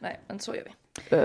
Nej, men så gör vi.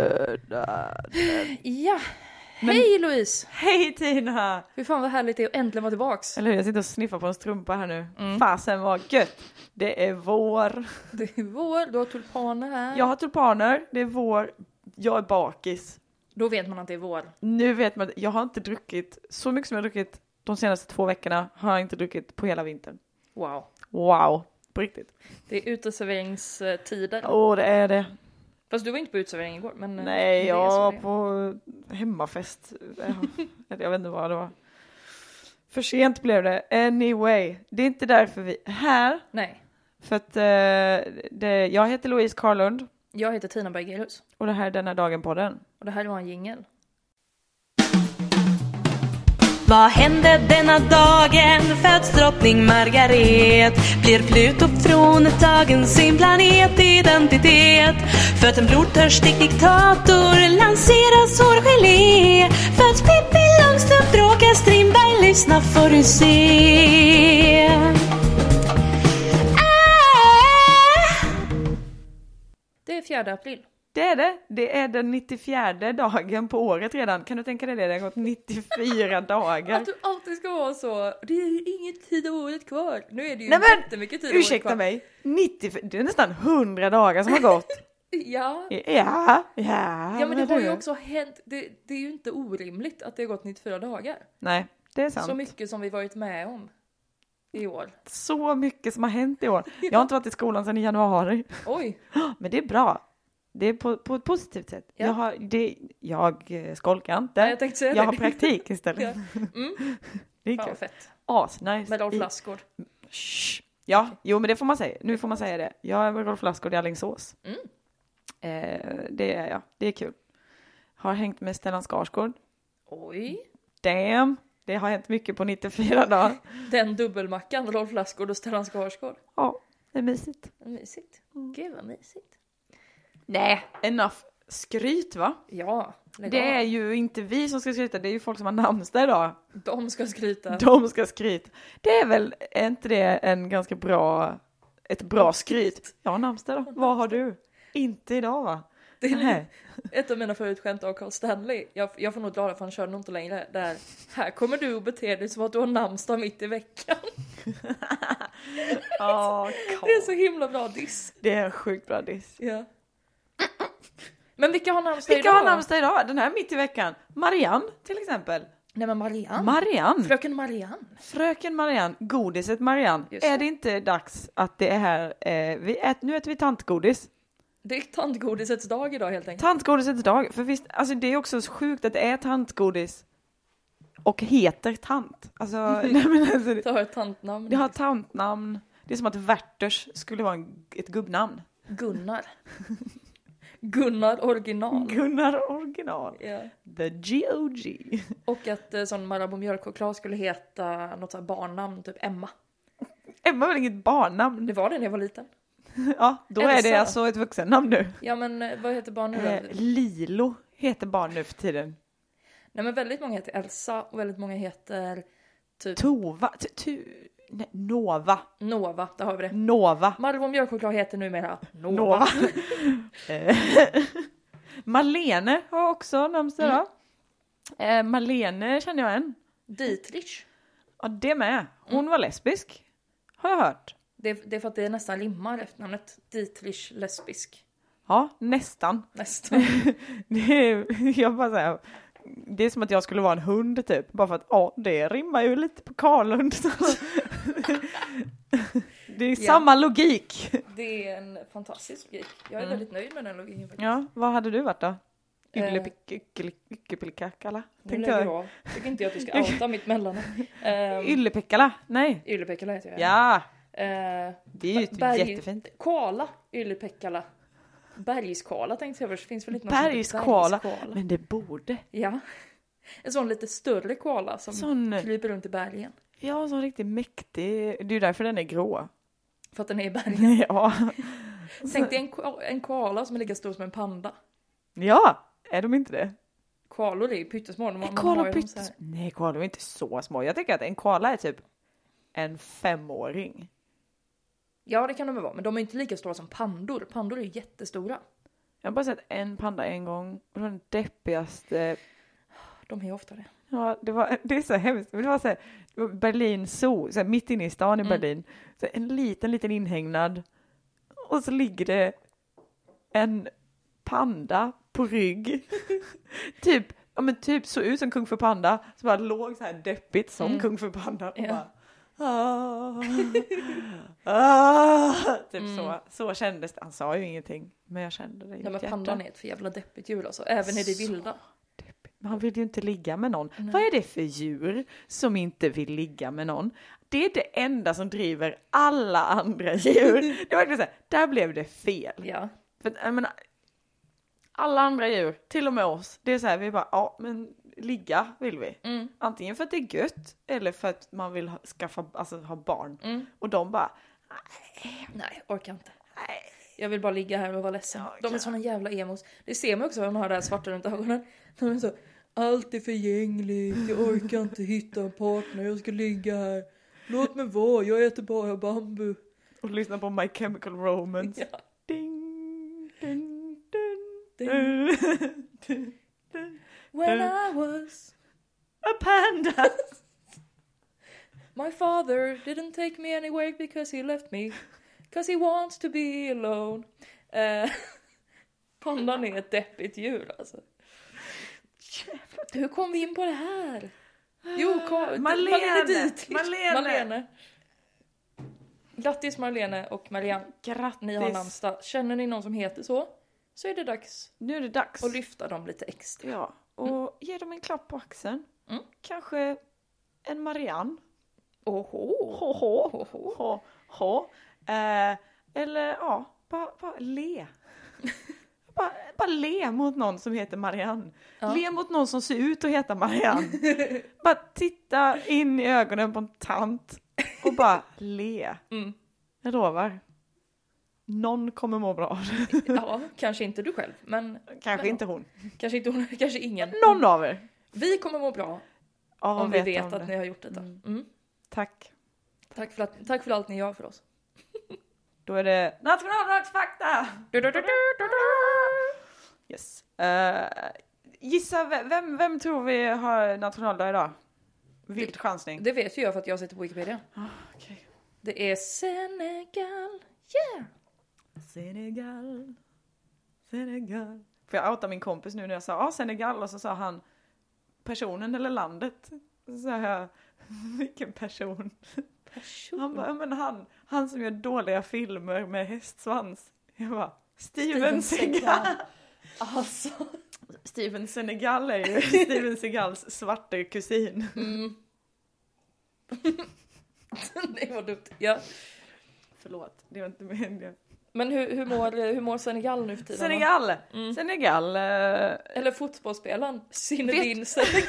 Ja. Hej Louise! Hej Tina! Hur fan vad härligt det är att äntligen vara tillbaks. Eller hur, jag sitter och sniffar på en strumpa här nu. Fasen vad gött. Det är vår. Det är vår, du har tulpaner här. Jag har tulpaner, det är vår. Jag är bakis. Då vet man att det är vår. Nu vet man, jag har inte druckit så mycket som jag har druckit de senaste 2 veckorna. Har jag inte druckit på hela vintern. Wow, på riktigt. Det är uteserveringstider. Det är det. Fast du var inte på uteservering igår. Men nej, jag var på hemmafest. Jag vet inte vad det var. För sent blev det. Anyway, det är inte därför vi är här. Nej. För att jag heter Louise Karlund. Jag heter Tina Bergerhus. Och det här är Denna dagen-podden. Och det här var en jingle. Vad hände denna dagen? Föds drottning Margaret. Blir Pluto från dagen sin planetidentitet. Föds en blodtörstig diktator. Lanseras hårgelé. Föds Pippi Långstrump. Bråkar Strindberg. Lyssna får du se. Det är 4 april. Det är det. Det är den 94:e dagen på året redan. Kan du tänka dig det? Det har gått 94 dagar. Att du alltid ska vara så. Det är ingen tid av året kvar. Nu är det ju jättemycket tid av året kvar. Ursäkta mig. 90, det är nästan 100 dagar som har gått. Ja. Ja, men det har ju också hänt. Det är ju inte orimligt att det har gått 94 dagar. Nej, det är sant. Så mycket som vi varit med om i år. Så mycket som har hänt i år. Jag har inte varit i skolan sedan i januari. Oj. Men det är bra. Det är på ett positivt sätt. Ja. Jag skolkar inte. Ja, jag tänkte säga jag det. har praktik istället. Ja. Det är Fan kul. vad fett. Asnice. Med Rolf Lassgård. Ja, jo men det får man säga. Nu får man säga det. Jag är med Rolf Lassgård i Alingsås. Det är jag. Det är kul. Har hängt med Stellan Skarsgård. Oj. Damn. Det har hänt mycket på 94 dagar. Den dubbelmackan, Rolf Lassgård och Stellan Skarsgård. Ja, det är mysigt. Mysigt. Gud vad mysigt. Nej, enough skryt va? Ja. Det är ju inte vi som ska skryta, det är ju folk som har namnsdag idag. De ska skryta. De ska skryta. Det är väl, är inte det en ganska ett bra skryt? Ja, namnsdag då. Vad har du? Inte idag va? Det är ett av mina favoritskämt av Carl Stanley. Jag får nog dra det för han kör nog inte längre. Där, här kommer du att bete dig som att du har namnsdag mitt i veckan. Det är så himla bra diss. Det är en sjukt bra diss. Ja. Men vilka har namnsdag idag? Vilka har namnsdag idag? Den här mitt i veckan. Marianne till exempel. Nej men Marianne. Marianne. Fröken Marianne. Godiset Marianne. Är det inte dags att det är här? Nu äter vi tantgodis. Det är tantgodisets dag idag helt enkelt. Tantgodisets dag. För visst, alltså det är också så sjukt att det är tantgodis. Och heter tant. Alltså, det har ett tantnamn. Det har tantnamn. Det är som att Werthers skulle vara ett gubbnamn. Gunnar original. Yeah. The GOG. Och att sån Marabou mjölkchoklad skulle heta något sånt barnnamn, typ Emma. Emma var väl inget barnnamn? Det var det när jag var liten. Ja, då Elsa. Är det alltså ett vuxennamn nu. Ja, men vad heter barn nu? Lilo heter barn nu för tiden. Nej, men väldigt många heter Elsa och väldigt många heter typ... Tova. Nova. Nova, där har vi det. Nova. Marabou mjölkchoklad heter numera Nova. Malene har också namnsdag. Malene känner jag en. Dietrich. Ja, det med. Hon var lesbisk. Har jag hört. Det är för att det är nästan limmar efter namnet. Dietrich lesbisk. Ja, nästan. Jag bara säger, det är som att jag skulle vara en hund typ. Bara för att det rimmar ju lite på Karlund. Det är samma logik. Det är en fantastisk logik. Jag är väldigt nöjd med den logiken faktiskt. Ja, vad hade du varit då? Yllepikkala. Tänkte jag. Tycker inte jag att du ska outa mitt mellannamn. Yllepikkala, nej. Yllepikkala heter jag. Ja. Det är ju jättefint. Koala, Yllepikkala. Bergskoala tänkte jag först. Finns väl inte något bergskoala. Men det borde. Ja. En sån lite större koala som kryper runt i bergen. Ja, så riktigt mäktig. Det är ju därför den är grå. För att den är i bergen. Ja. Tänk dig en koala som är lika stor som en panda. Ja, är de inte det? Koalor är ju pyttesmå. Nej, koalor är inte så små. Jag tänker att en koala är typ en 5-åring. Ja, det kan de väl vara. Men de är inte lika stora som pandor. Pandor är ju jättestora. Jag har bara sett en panda en gång. Och det var den deppigaste. De är ofta det. Ja, det är så hemskt. Men det var så här, det var Berlin Zoo, så här, mitt inne i stan i Berlin. Så en liten inhägnad. Och så ligger det en panda på rygg. typ så ut som Kung Fu Panda. Så bara låg så här deppigt som Kung Fu Panda. Och typ så kändes det. Han sa ju ingenting. Men jag kände det i men pandan är ett för jävla deppigt djur alltså. Även i det vilda. Han vill ju inte ligga med någon. Nej. Vad är det för djur som inte vill ligga med någon? Det är det enda som driver alla andra djur. Det var så här, där blev det fel. Ja. För jag menar, alla andra djur, till och med oss, det är så här, vi bara, men ligga vill vi. Antingen för att det är gött eller för att man vill ha barn. Och de bara, nej, orkar inte. Nej. Jag vill bara ligga här och vara ledsen. De är såna jävla emos. Det ser man också när de har det här svarta runt ögonen. De är så, allt är förgängligt. Jag orkar inte hitta en partner. Jag ska ligga här. Låt mig vara. Jag äter bara bambu. Och lyssna på My Chemical Romance. Ja. Ding, ding, ding, ding. When I was a panda. My father didn't take me anywhere because he left me. Because he wants to be alone. Pandan är ett deppigt djur alltså. Hur kom vi in på det här? Jo, Marlene. Grattis Marlene och Marianne. Grattis. Ni har namnsdag. Känner ni någon som heter så är det dags. Nu är det dags. Och lyfta dem lite extra. Ja, och ge dem en klapp på axeln. Kanske en Marianne. Eller bara le. bara le mot någon som heter Marianne. Ja. Le mot någon som ser ut att heta Marianne. Bara titta in i ögonen på en tant och bara le. Jag lovar. Någon kommer må bra. Ja, kanske inte du själv, men inte hon. Kanske ingen. Någon av er. Vi kommer må bra. Om vi vet att ni har gjort detta. Tack. Tack för allt ni gör för oss. Då är det nationaldagsfakta. Yes. Gissa vem tror vi har nationaldag idag? Vild chansning. Det vet ju jag för att jag sitter på Wikipedia. Okay. Det är Senegal. Yeah. Senegal. För jag outa min kompis nu när jag sa Senegal och så sa han personen eller landet. Så sa jag vilken person? Han bara, men han som gör dåliga filmer med hästsvans. Jag bara, Steven Seagal. Alltså. Steven Senegal är ju Steven Seagals svarte kusin. Det var dumt. Ja. Förlåt, det var inte meningen. Men hur mår Senegal nu för tiden? Senegal. Eller fotbollsspelaren Zinedine Senegal.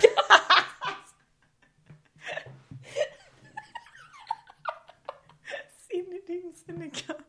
Zinedine Senegal.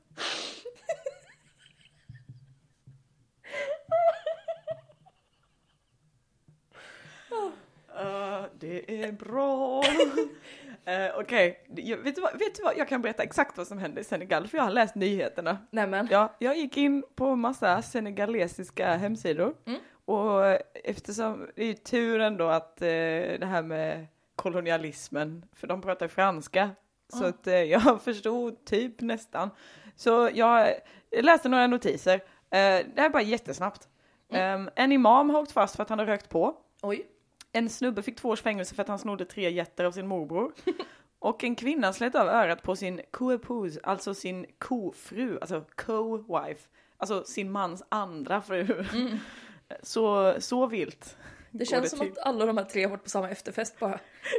Det är bra. Okej. Vet du vad? Jag kan berätta exakt vad som hände i Senegal. För jag har läst nyheterna. Nämen. Ja, jag gick in på massa senegalesiska hemsidor. Och eftersom det är ju tur ändå att det här med kolonialismen. För de pratar franska. Så att jag förstod typ nästan. Så jag läste några notiser. Det här är bara jättesnabbt. En imam har åkt fast för att han har rökt på. Oj. En snubbe fick 2 års fängelse för att han snodde 3 getter av sin morbror. Och en kvinna slet av örat på sin co-épouse, alltså sin kofru, alltså co-wife. Alltså sin mans andra fru. Så vilt. Det känns som att alla de här 3 har varit på samma efterfest bara.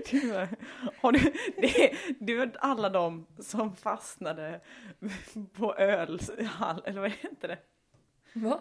Det var alla de som fastnade på ölhall, eller vad heter det? Va?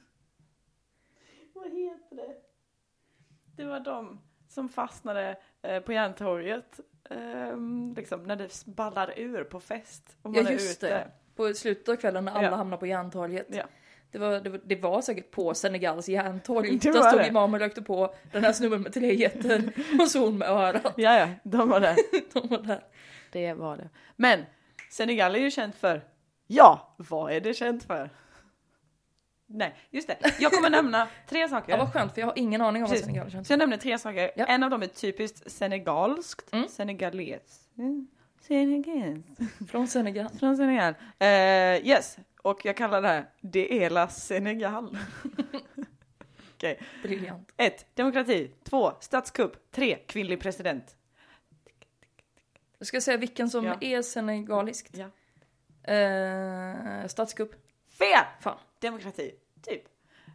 Vad heter det? Det var de som fastnade på Järntorget liksom, när det ballar ur på fest. Och man just det. På slutet av kvällen när alla hamnar på Järntorget. Ja. Det var säkert på Senegals Järntorg. Där stod imam och rökte på den här snubben med 3 getter och så hon med örat. Ja, de var där. De var där. Det var det. Men Senegal är ju känt för... vad är det känt för? Nej, just det. Jag kommer nämna 3 saker. Ja, vad skönt, för jag har ingen aning om Precis. vad Senegal känns. Så jag nämner 3 saker. Ja. En av dem är typiskt senegalskt. Senegales. Senegales. Från Senegal. Från Senegal. Yes. Och jag kallar det här Det är la Senegal. Okej. Briljant. 1. Demokrati. 2. Statskupp. 3. Kvinnlig president. Jag ska säga vilken som Ja. är senegaliskt. Ja. Statskupp. Fel! Fan. Demokrati. Typ.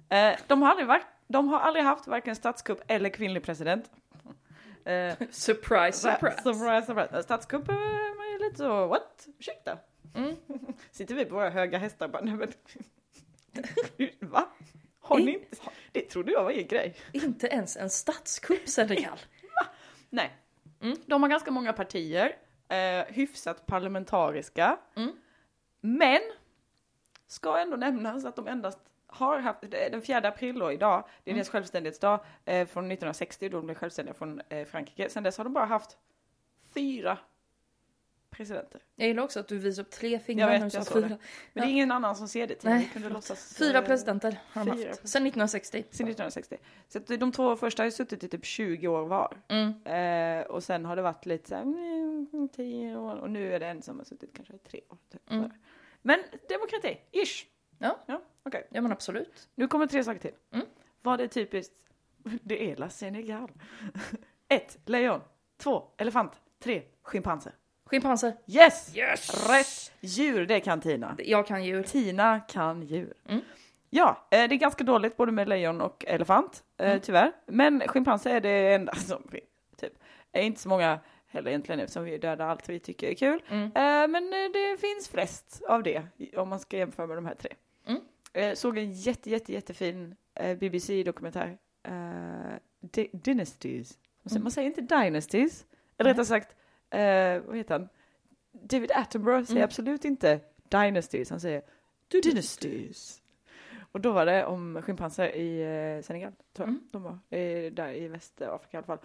De har aldrig haft varken statskupp eller kvinnlig president. Surprise, surprise. Surprise. Statskupp är lite så, what? Ursäkta. Sitter vi på våra höga hästar bara, nej men... Va? Har ni inte? Det trodde jag var en grej. Inte ens en statskupp Senegal. Nej. De har ganska många partier. Hyfsat parlamentariska. Men ska ändå nämnas att de endast har haft, den 4 april då, idag, det är deras självständighetsdag från 1960 då de blev självständiga från Frankrike. Sen dess har de bara haft 4 presidenter. Jag gillar också att du visar upp 3 fingrar. Jag vet, jag såg det. Men det är ingen annan som ser det till. Nej, Kunde låtsas, 4 presidenter har de 4. haft. Sen 1960. Sen 1960. Så att de 2 första har ju suttit i typ 20 år var. Och sen har det varit lite så här, 10 år. Och nu är det en som har suttit kanske 3 år. Typ. Men demokrati, ish. Ja, Okej. ja men absolut. Nu kommer 3 saker till. Vad är typiskt? Det är la Senegal. 1. Lejon. 2. Elefant. 3. Schimpanser. Schimpanser. Yes! Yes! Rätt! Djur, det kan Tina. Jag kan djur. Tina kan djur. Ja, det är ganska dåligt både med lejon och elefant, tyvärr. Men schimpanser är det enda som finns. Typ. Är inte så många heller egentligen eftersom vi dödar allt vi tycker är kul. Men det finns flest av det om man ska jämföra med de här 3. Såg en jättefin BBC-dokumentär. Dynasties. Man säger inte Dynasties. Eller rättare sagt, vad heter han? David Attenborough säger absolut inte Dynasties. Han säger Dynasties. Och då var det om schimpanser i Senegal, tror jag. De var där i Västafrika i alla fall.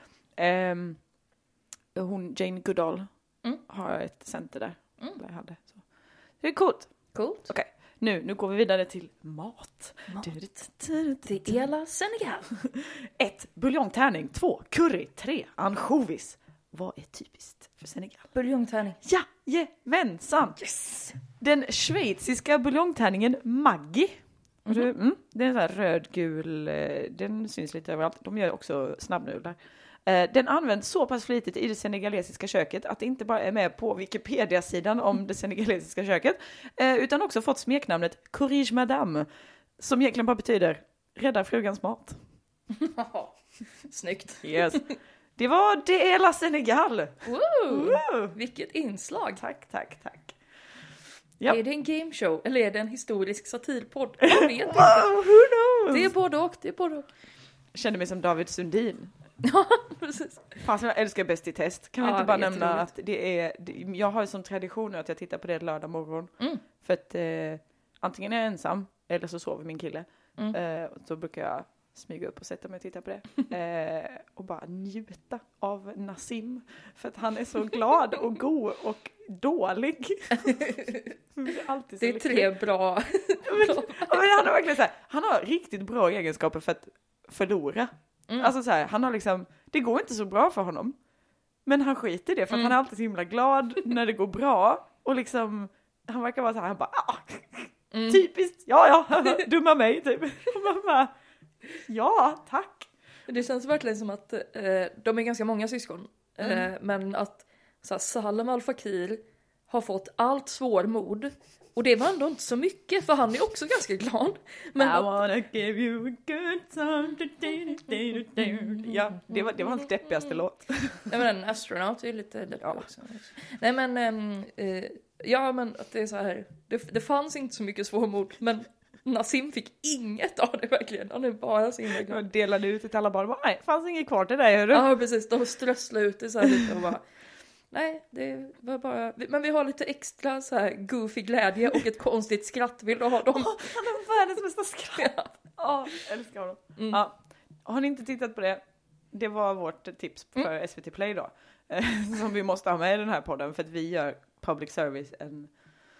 Jane Goodall har ett center där. Där jag hade, så. Det är coolt. Coolt. Okej, nu går vi vidare till mat. Det är la Senegal. 1. Buljongtärning. 2. Curry. 3. Ansjovis. Vad är typiskt för Senegal? Buljongtärning. Jajamensan! Yes! Den schweiziska buljongtärningen Maggi. Det är en sån här rödgul, den syns lite överallt. De gör också snabbnudlar. Den används så pass flitigt i det senegalesiska köket att det inte bara är med på Wikipedia-sidan om det senegalesiska köket, utan också fått smeknamnet Courage Madame, som egentligen bara betyder rädda frugans mat. Snyggt. Yes. Det var Det är la Senegal. Woo! Vilket inslag. Tack. Ja. Är det en gameshow eller är det en historisk satirpodd? Jag vet inte. Who knows? Det är både och. Jag känner mig som David Sundin. Ja, precis. Fan, jag älskar Bäst i test. Kan vi inte det bara är nämna jätteroligt. att jag har som tradition att jag tittar på det lördag morgon. För att antingen är jag ensam eller så sover min kille. Så brukar jag smyga upp och sätta mig och titta på det. Och bara njuta av Nassim. För att han är så glad och god och dålig. Alltid så Det är 3 bra. men han har verkligen så här, han har riktigt bra egenskaper för att förlora. Alltså så här, han har liksom, det går inte så bra för honom. Men han skiter i det för att han är alltid så himla glad när det går bra. Och liksom, han verkar vara så här, han bara, typiskt, ja, dumma mig typ. Och man bara, ja, tack. Det känns verkligen som att de är ganska många syskon. Men att så här, Salem Al Fakir har fått allt svårmod. Och det var ändå inte så mycket, för han är också ganska glad. Men I wanna give you a good song. Ja, det var hans deppigaste låt. Nej, men en astronaut är lite deppig också. Nej men, ja men att det är så här, det fanns inte så mycket svårmod, men Nassim fick inget av det verkligen. Han är bara så himla glad. Jag delade ut till alla barn. Nej, fanns inget kvar till dig, hörru. Ja, precis. De strösslade ut det så här lite och bara, nej, det var bara, men vi har lite extra så här goofy glädje och ett konstigt skratt. Vill du ha dem? Han har världens bästa skratt. Älskar honom. Ja. Har ni inte tittat på det? Det var vårt tips för SVT Play då. Som vi måste ha med i den här podden. För att vi gör public service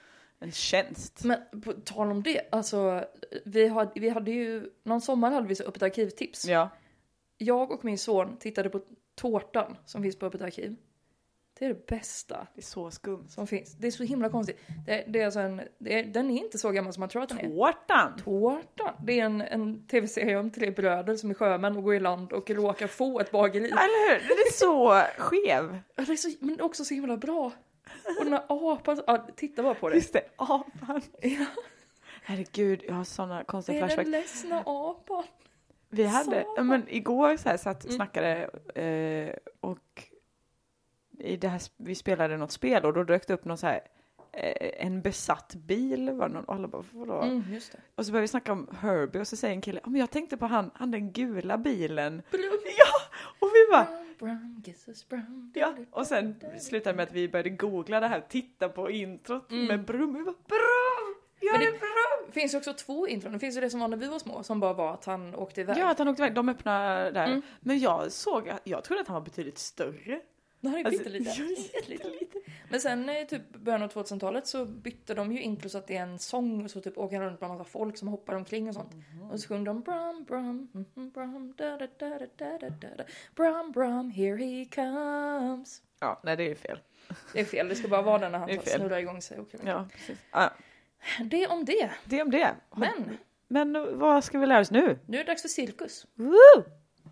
En tjänst. Men på tal om det, alltså vi hade ju, någon sommar hade vi så öppet arkivtips. Ja. Jag och min son tittade på tårtan som finns på öppet arkiv. Det är det bästa Det är så skumt. som finns. Det är så himla konstigt. Det är alltså den är inte så gammal som man tror att den är. Tårtan. Det är en tv-serie om 3 bröder som är sjömän och går i land och råkar få ett bageri. Eller hur? Det är så skev. Ja, det är så, men också så himla bra. Och den här apan, titta bara på det. Just det, apan. Ja, Herregud, jag har såna konstiga det är flashbacks. den ledsna apan. Vi hade, Så. men igår så här satt och snackade och i det här, vi spelade något spel och då dök det upp någon så här en besatt bil var någon, och alla bara, vadå? Just det. Och så började vi snacka om Herbie och så säger en kille, men jag tänkte på han den gula bilen. Blum. Ja, och vi bara, Brown, kisses brown. ja, och sen slutade med att vi började googla det här, titta på introt med Brum. Vi bara, Brum! Ja, Men det det- är Brum! Det finns ju också 2 intron. Det finns ju det som var när vi var små, som bara var att han åkte iväg. Ja, att han åkte iväg, de öppnade där. Men jag trodde att han var betydligt större. Han är Alltså, pyttelite. Men sen i typ början av 2000-talet så bytte de ju intro så att det är en sång och så typ åker han runt bland massa folk som hoppar omkring och sånt. Och så sjunger de brum, brum, brum, da da da da da da. Brum, brum, here he comes. Ja, nej det är fel. Det är fel, det ska bara vara den när han Det är fel. snurrar igång sig. Okay. Ja, precis. Ja, Det om det. det om det. Men Vad ska vi lära oss nu? nu är det dags för cirkus. Woo!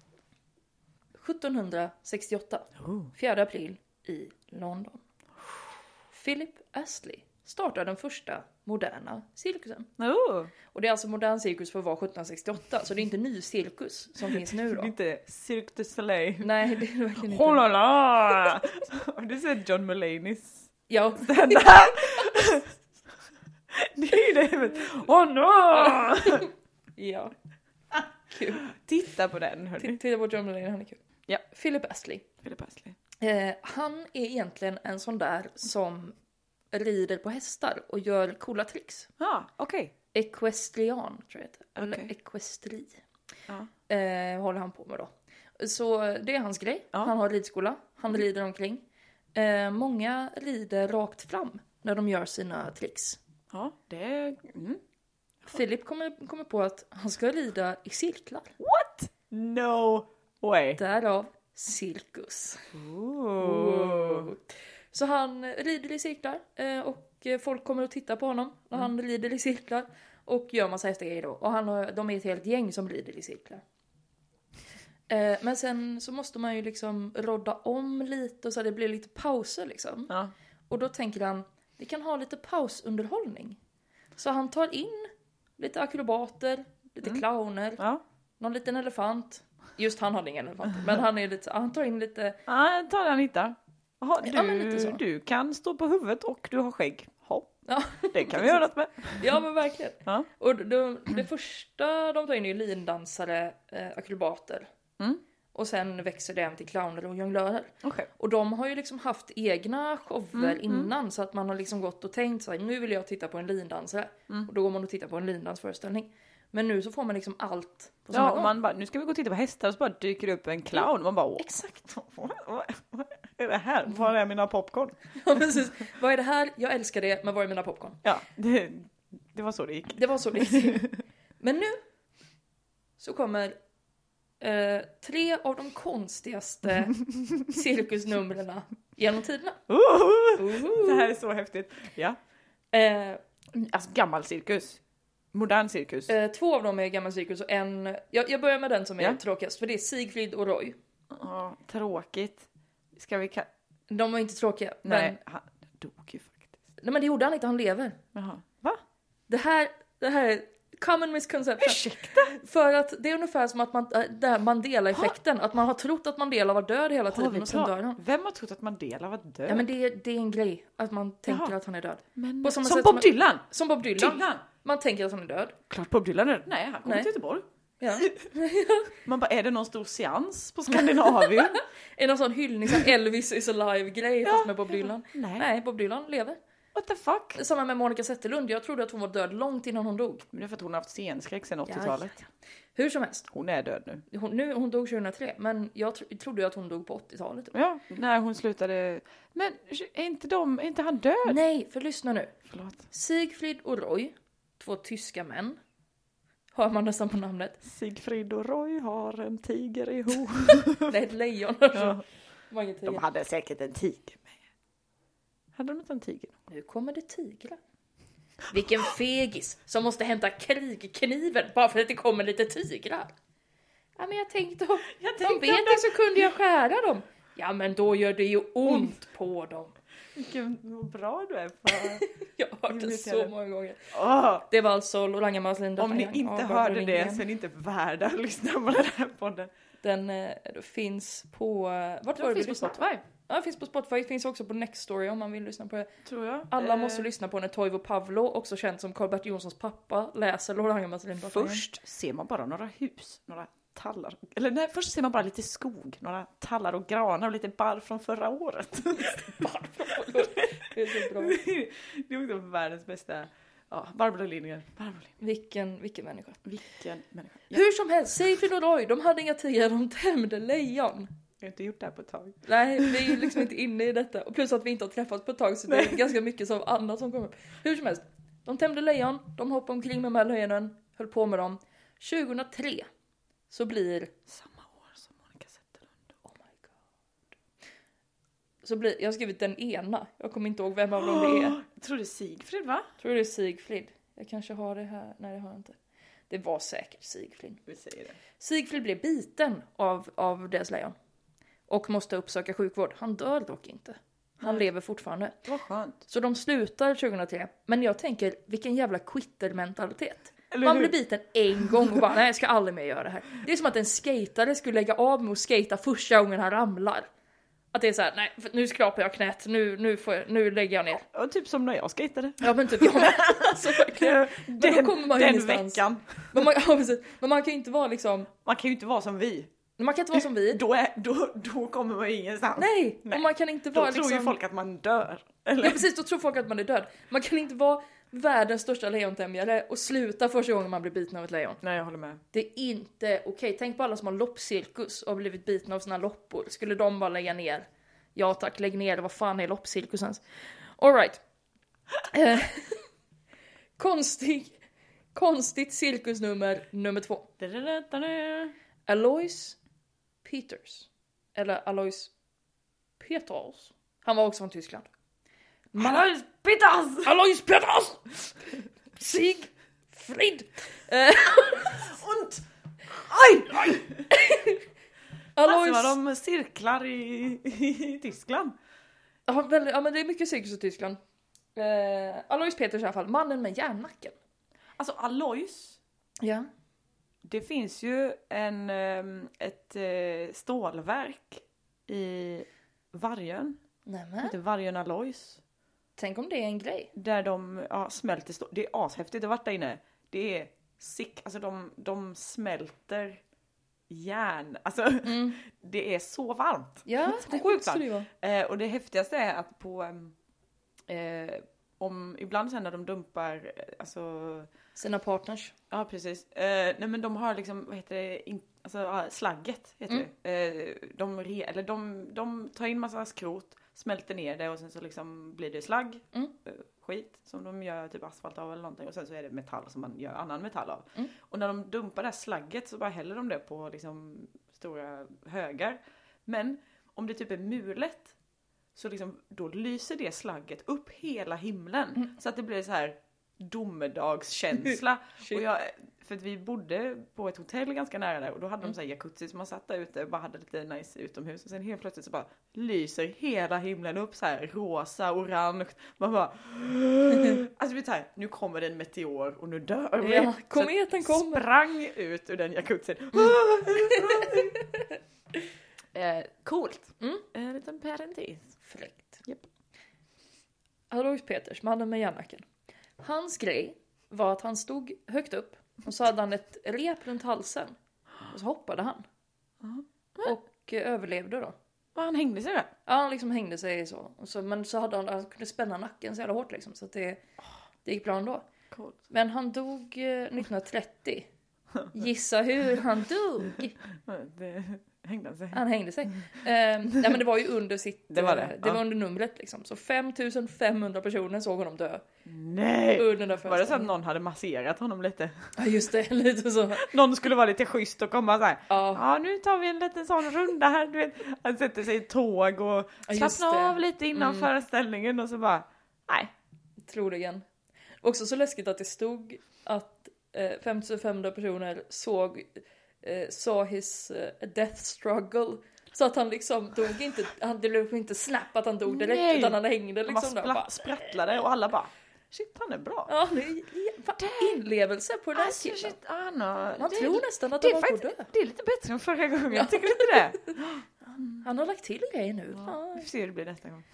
1768, 4 april i London. Philip Astley startade den första moderna cirkusen. Oh. Och det är alltså modern cirkus för att vara 1768, så det är inte ny cirkus som finns nu då. Inte Cirque du Soleil. Nej, det är verkligen inte. Oh la la! Har du sett John Mulaney's? Ja. Den där? Det är ju det. Oh no! Ja. Kul. Titta på den, hörni. Titta på John Mulaney, han är kul. Ja. Philip Astley. Philip Astley. Han är egentligen en sån där som rider på hästar och gör coola tricks. Ja, okej. Equestrian, tror jag det heter. Eller Okej. equestri. Ja. Håller han på med då. Så det är hans grej. Ja. Han har ridskola. Han rider omkring. Många rider rakt fram när de gör sina tricks. Ja, det är... Philip kommer på att han ska rida i cirklar. What? No way. Därav cirkus. Ooh. Så han rider i cirklar och folk kommer att titta på honom när han rider i cirklar och gör massa häftiga grejer då. Och de är ett helt gäng som rider i cirklar. Men sen så måste man ju liksom rodda om lite och så det blir lite pauser liksom. Ja. Och då tänker han, vi kan ha lite pausunderhållning. Så han tar in lite akrobater, lite clowner, Ja. någon liten elefant. Just han hade ingen elefant, men han tar in lite... Ja, ta den hitta. Jaha, Ja, men lite så. du kan stå på huvudet och du har skägg. Ja, Ja, det kan vi göra något med. ja men verkligen. Ja. Och det första de tar in är ju lindansare, akrobater. Och sen växer det till clowner och jonglörer. Okej. Och de har ju liksom haft egna shower innan. Så att man har liksom gått och tänkt så här, nu vill jag titta på en lindansare. Och då går man och tittar på en lindansföreställning. Men nu så får man liksom allt på samma Ja, gång. och man bara, nu ska vi gå och titta på hästar och så bara dyker det upp en clown. Man bara, åh, Exakt. vad är det här? Var är mina popcorn? Ja, precis. Vad är det här? Jag älskar det, men var är mina popcorn? Ja, det var så det gick. Det var så det gick. Men nu så kommer 3 av de konstigaste cirkusnumren genom tiderna. Det här är så häftigt. Ja. Alltså gammal cirkus. Modern cirkus. 2 av dem är gammal cirkus och en... Jag börjar med den som är Ja. tråkigast, för det är Siegfried och Roy. Ja, tråkigt. Ska vi... De var inte tråkiga. Nej, han dog ju faktiskt. Men det gjorde han inte, han lever. Jaha. Va? Det här är common misconception. Ursäkta? För att det är ungefär som att Mandela-effekten. Att man har trott att Mandela var död hela Har tiden vi och sen dör han. Vem har trott att Mandela var död? Ja, men det är en grej. Att man tänker Jaha. att han är död. Men, På samma som sätt Bob Dylan? Som Bob Dylan. Dylan? Man tänker att han är död. Klart Bob Dylan är det. Nej, han kommer Nej. till Göteborg. Ja. Man bara, är det någon stor seans på Skandinavien? Är det någon sån hyllning som Elvis is alive-grej fast med Bob Dylan? Nej, Bob Dylan lever. What the fuck? Samma med Monica Zetterlund. Jag trodde att hon var död långt innan hon dog. Men det är för att hon har haft scenskräck sedan 80-talet. Hur som helst. Hon är död nu. Hon dog 2003, men jag trodde ju att hon dog på 80-talet. Ja, när hon slutade. Men är inte han död? Nej, för lyssna nu. Förlåt. Sigfrid och Roy, 2 tyska män. Hör man nästan på namnet. Sigfrid och Roy har en tiger ihop. Det är ett lejon. Ja. De hade säkert en tiger med. Hade de inte en tiger? Nu kommer det tigrar. Vilken fegis som måste hämta krigkniven bara för att det kommer lite tigrar. Ja, men jag tänkte de vet det så kunde jag skära dem. Ja, men då gör det ju ont på dem. Vilken bra du är på. Jag har hört det så många gånger. Oh. Det var alltså Loranga Maslin. Om ni inte hörde det så är ni inte värda att lyssna på den här podden. Den finns på... Vart var det finns på Spotify? Ja, det finns på Spotify. Det finns också på Nextory om man vill lyssna på det. Tror jag. Alla måste lyssna på när Toivo Pavlo, också känd som Karl-Bert Jonssons pappa, läser Loranga Maslin. Först ser man bara några hus, några tallar. Eller nej, först ser man bara lite skog, några tallar och granar och lite barr från förra året. Barr från förra året. Det är så bra. Det är också världens bästa. Ja, Barbro Lindgren. Vilken människa. Vilken människa. Ja. Hur som helst, Sigfrid och Roy, de hade inga tigrar, de tämjde lejon. Jag har inte gjort det här på ett tag. Nej, vi är ju liksom inte inne i detta. Och plus att vi inte har träffats på ett tag, så det är ganska mycket som annat som kommer upp. Hur som helst, de tämjde lejon, de hoppade omkring med de här lejonen, höll på med dem. 2003 så blir... Samma år som Monica Zetterlund. Oh my god. Så blir... Jag har skrivit den ena. Jag kommer inte ihåg vem av dem det är. Jag tror det är Sigfrid, va? Tror det är Sigfrid. Jag kanske har det här. Nej, det har jag inte. Det var säkert Sigfrid. Vi säger det. Sigfrid blev biten av deras lejon. Och måste uppsöka sjukvård. Han dör dock inte. Han lever fortfarande. Det var skönt. Så de slutar 2003. Men jag tänker, vilken jävla quittermentalitet. Man blir biten en gång och bara, nej, jag ska aldrig mer göra det här. Det är som att en skatare skulle lägga av med att skata första gången han ramlar. Att det är så här, nej, nu skrapar jag knät, nu lägger jag ner. Ja, typ som när jag skatade. Ja, men typ jag med. Alltså, men då kommer man ju ingenstans. Veckan. Men man kan ju inte vara liksom... Man kan ju inte vara som vi. Man kan inte vara som vi. Då kommer man ju ingenstans. Nej. Och man kan inte vara då tror ju folk att man dör. Eller? Ja, precis, då tror folk att man är död. Man kan inte vara världens största lejontämjare och sluta första gången man blir biten av ett lejon. Nej, jag håller med. Det är inte okej. Tänk på alla som har loppcirkus och har blivit bitna av sina loppor. Skulle de bara lägga ner? Ja tack, lägg ner det. Vad fan är loppcirkusens? All right. Konstigt cirkusnummer nummer 2. Alois Peters. Eller Alois Peters. Han var också från Tyskland. Alois Peters! Alois Peters! Sigfrid! Und! Aj! Alois... Alltså vad de cirklar i Tyskland. Ja, men det är mycket cirkus i Tyskland. Alois Peters i alla fall. Mannen med järnnacken. Alltså Alois... Ja. Det finns ju ett stålverk i Vargön. Nämen. Heter Vargön Alois. Tänk om det är en grej. Där de smälter stål. Det är ashäftigt att vara där inne. Det är sick. Alltså de smälter järn. Alltså det är så varmt. Ja, det är sjukt varmt. Och det häftigaste är att på ibland sen när de dumpar alltså sina partners. Ja, precis. Nej men de har liksom, vad heter det, slagget heter det. De tar in massa skrot, smälter ner det och sen så liksom blir det slagg, skit som de gör typ asfalt av eller någonting och sen så är det metall som man gör annan metall av. Och när de dumpar det här slagget så bara häller de det på liksom stora högar. Men om det typ är mulet så liksom då lyser det slagget upp hela himlen så att det blir så här domedagskänsla. Och för att vi bodde på ett hotell ganska nära där och då hade de så här jacuzzi som man satt där ute och bara hade lite nice utomhus och sen helt plötsligt så bara lyser hela himlen upp så här rosa, orange. Man bara alltså vi tar, nu kommer det en meteor och nu dör vi. Ja, kometen kommer. Sprang ut ur den jacuzzin. Coolt. En liten parentes. Fräckt. Yep. Alois Peters, mannen med järnnacken. Hans grej var att han stod högt upp och så hade han ett rep runt halsen. Och så hoppade han. Och överlevde då. Och han hängde sig där? Ja, han liksom hängde sig så. Men så hade han kunde spänna nacken så jävla hårt liksom. Så att det gick bra ändå. Coolt. Men han dog 1930. Gissa hur han dog. Det hängde sig. Han hängde sig. Nej, men det var ju under sitt... Det var det. Det var under numret liksom. Så 5500 personer såg honom dö. Nej! Under den Var det så att någon hade masserat honom lite? Ja, just det. Lite så. Någon skulle vara lite schysst och komma så här. Ja. Ja, nu tar vi en liten sån runda här. Du vet, han sätter sig i tåg och slappnar av lite innan föreställningen och så bara, nej. Troligen. Också så läskigt att det stod att 5500 personer saw his death struggle. Så att han liksom dog inte, det blev inte snabbt att han dog direkt. Nej. Utan han hängde liksom där. Han sprattlade och alla bara, shit, han är bra. Ja, det är inlevelse på den alltså, shit, man tror nästan att han var på dö. Det är lite bättre än förra gången, jag tycker inte det. Han har lagt till grejer nu. Ja, vi får se hur det blir nästa gång.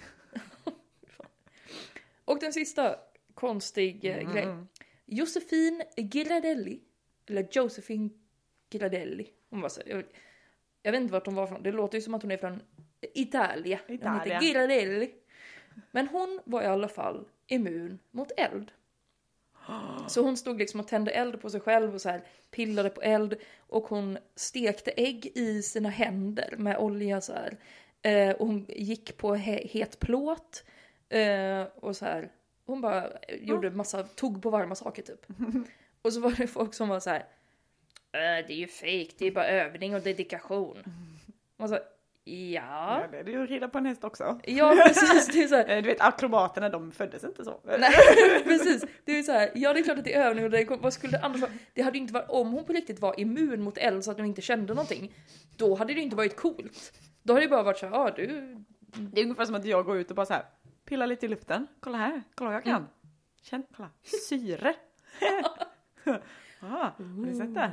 Och den sista konstig grej. Josefin Girardelli. Eller Josephine Girardelli. Hon var så, jag vet inte vart hon var från. Det låter ju som att hon är från Italia. Hon heter Girardelli. Men hon var i alla fall immun mot eld. Så hon stod liksom och tände eld på sig själv och så här pillade på eld. Och hon stekte ägg i sina händer med olja så här. Och hon gick på het plåt. Och så här. Hon bara gjorde tog på varma saker typ. Och så var det folk som var så här. Det är ju fake, det är bara övning och dedikation. Och så, ja. Det är ju att rida på en häst också. Ja, precis. Det är så här. Du vet, akrobaterna, de föddes inte så. Nej, precis. Det är så här. Ja, det är klart att det är övning och dedikation. Vad skulle det annars vara? Det hade ju inte varit, om hon på riktigt var immun mot eld så att hon inte kände någonting. Då hade det ju inte varit coolt. Då hade det bara varit så här, du... Det är ungefär som att jag går ut och bara så här. Pilla lite i luften. Kolla här. Kolla vad jag kan. Känn, kolla. Syre. Har ni sett det?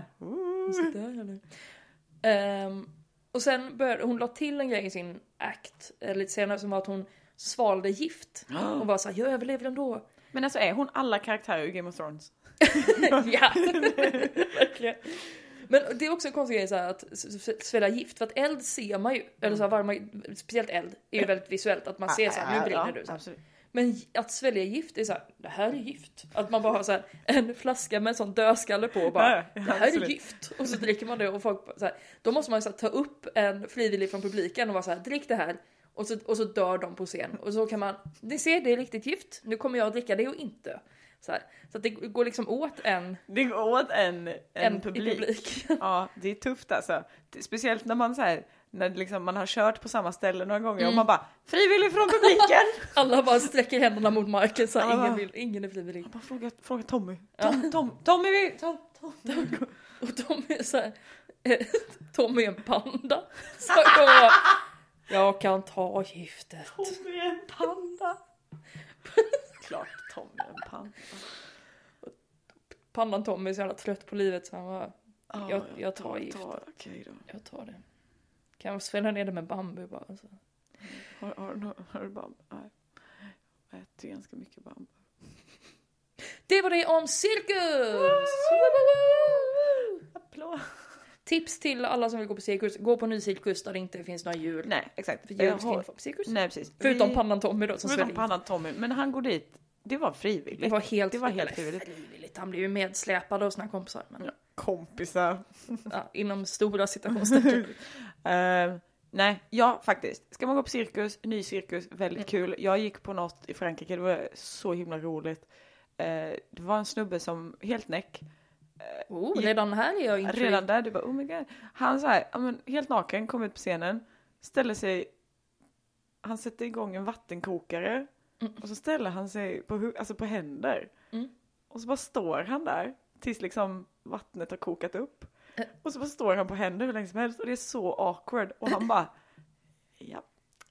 Och sen började hon la till en grej i sin act lite senare som var att hon svalde gift. Hon var så här, jag överlever ändå. Men alltså är hon alla karaktärer i Game of Thrones? Ja, verkligen. Men det är också en konstig grej så här, att svälja gift. För att eld ser man ju. Eller så här, varma, speciellt eld är ju väldigt visuellt. Att man ser så här, nu brinner du. Så här. Men att svälja gift är så här, det här är gift. Att man bara har så här, en flaska med en sån dödskalle på och bara, det här är gift. Och så dricker man det och folk så här, då måste man så här, ta upp en frivillig från publiken och vara så här, drick det här. Och så dör de på scen. Och så kan man, ni ser, det är riktigt gift. Nu kommer jag att dricka det och inte. Så att det går liksom åt en... Det går åt en publik. Ja, det är tufft alltså. Speciellt när man så här, när liksom man har kört på samma ställe några gånger och man bara, frivillig från publiken! Alla bara sträcker händerna mot marken så här, ingen är frivillig. Bara fråga Tommy. Tommy! Och Tommy är så här, Tommy är en panda. Så kommer jag kan ta giftet. Tommy är en panda. Klart Tommy är en panda. Pandan Tommy är så jävla trött på livet så han var, jag tar gift. Okej då. Jag tar det. Kan jag svälla ner det med bambu bara. Alltså. Har du bambu? Nej. Jag äter ganska mycket bambu. Det var det om cirkus! Applåd! Tips till alla som vill gå på cirkus. Gå på ny cirkus där det inte finns några djur. Nej, exakt. För djur ska inte få på cirkus. Nej, precis. Förutom pannan Tommy då som sväljer. Förutom pannan Tommy. Men när han går dit, det var frivilligt. Det var helt frivilligt. Han blev ju medsläpad av sina kompisar. Men... Ja, kompisar. Ja, inom stora citationstecken. Nej, ja faktiskt. Ska man gå på cirkus, ny cirkus, väldigt kul. Jag gick på något i Frankrike, det var så himla roligt. Det var en snubbe som helt näck. Redan här är jag intrigued. Redan där, det var oh my god. Han så här, helt naken, kom ut på scenen, ställer sig, han sätter igång en vattenkokare och så ställer han sig på händer. Och så bara står han där tills liksom vattnet har kokat upp. Och så bara står han på händer hur länge som helst och det är så awkward. Och han bara, ja.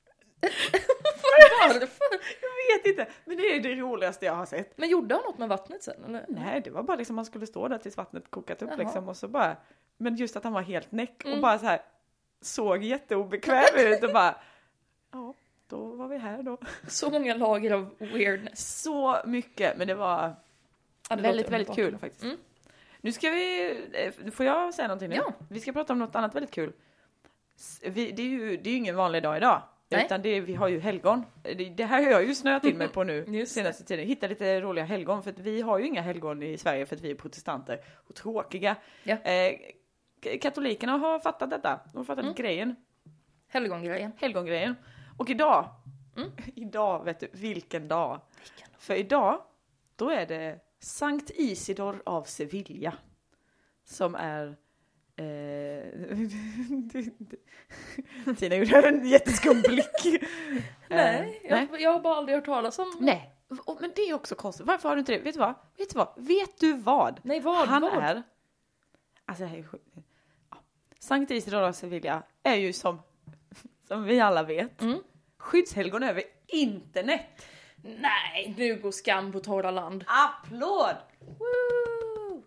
Varför? Jag vet inte, men det är det roligaste jag har sett. Men gjorde han något med vattnet sen? Eller? Nej, det var bara liksom man skulle stå där tills vattnet kokat upp liksom, och så bara, men just att han var helt näck och bara så här såg jätteobekväm ut och bara, ja, då var vi här då. Så många lager av weirdness. Så mycket, men det var väldigt kul faktiskt. Nu ska får jag säga någonting nu? Ja. Vi ska prata om något annat väldigt kul. Det är ju ingen vanlig dag idag. Nej. Utan vi har ju helgon. Det här har jag ju snöat in mig på nu Just senaste tiden. Hitta lite roliga helgon. För att vi har ju inga helgon i Sverige för att vi är protestanter. Och tråkiga. Ja. Katolikerna har fattat detta. De har fattat grejen. Helgongrejen. Och idag, vet du, vilken dag? För idag, då är det Sankt Isidor av Sevilla. Som är... Tina gjorde en jätteskum blick. Nej, jag har bara aldrig hört talas om... Nej, men det är också konstigt. Varför har du inte det? Vet du vad? Nej, vad? Han vad? är... Alltså, det här är sjukt. Ja. Sankt Isidor av Sevilla är ju som vi alla vet, skyddshelgon över internet. Nej, nu går skam på torra land. Applåd! Woo!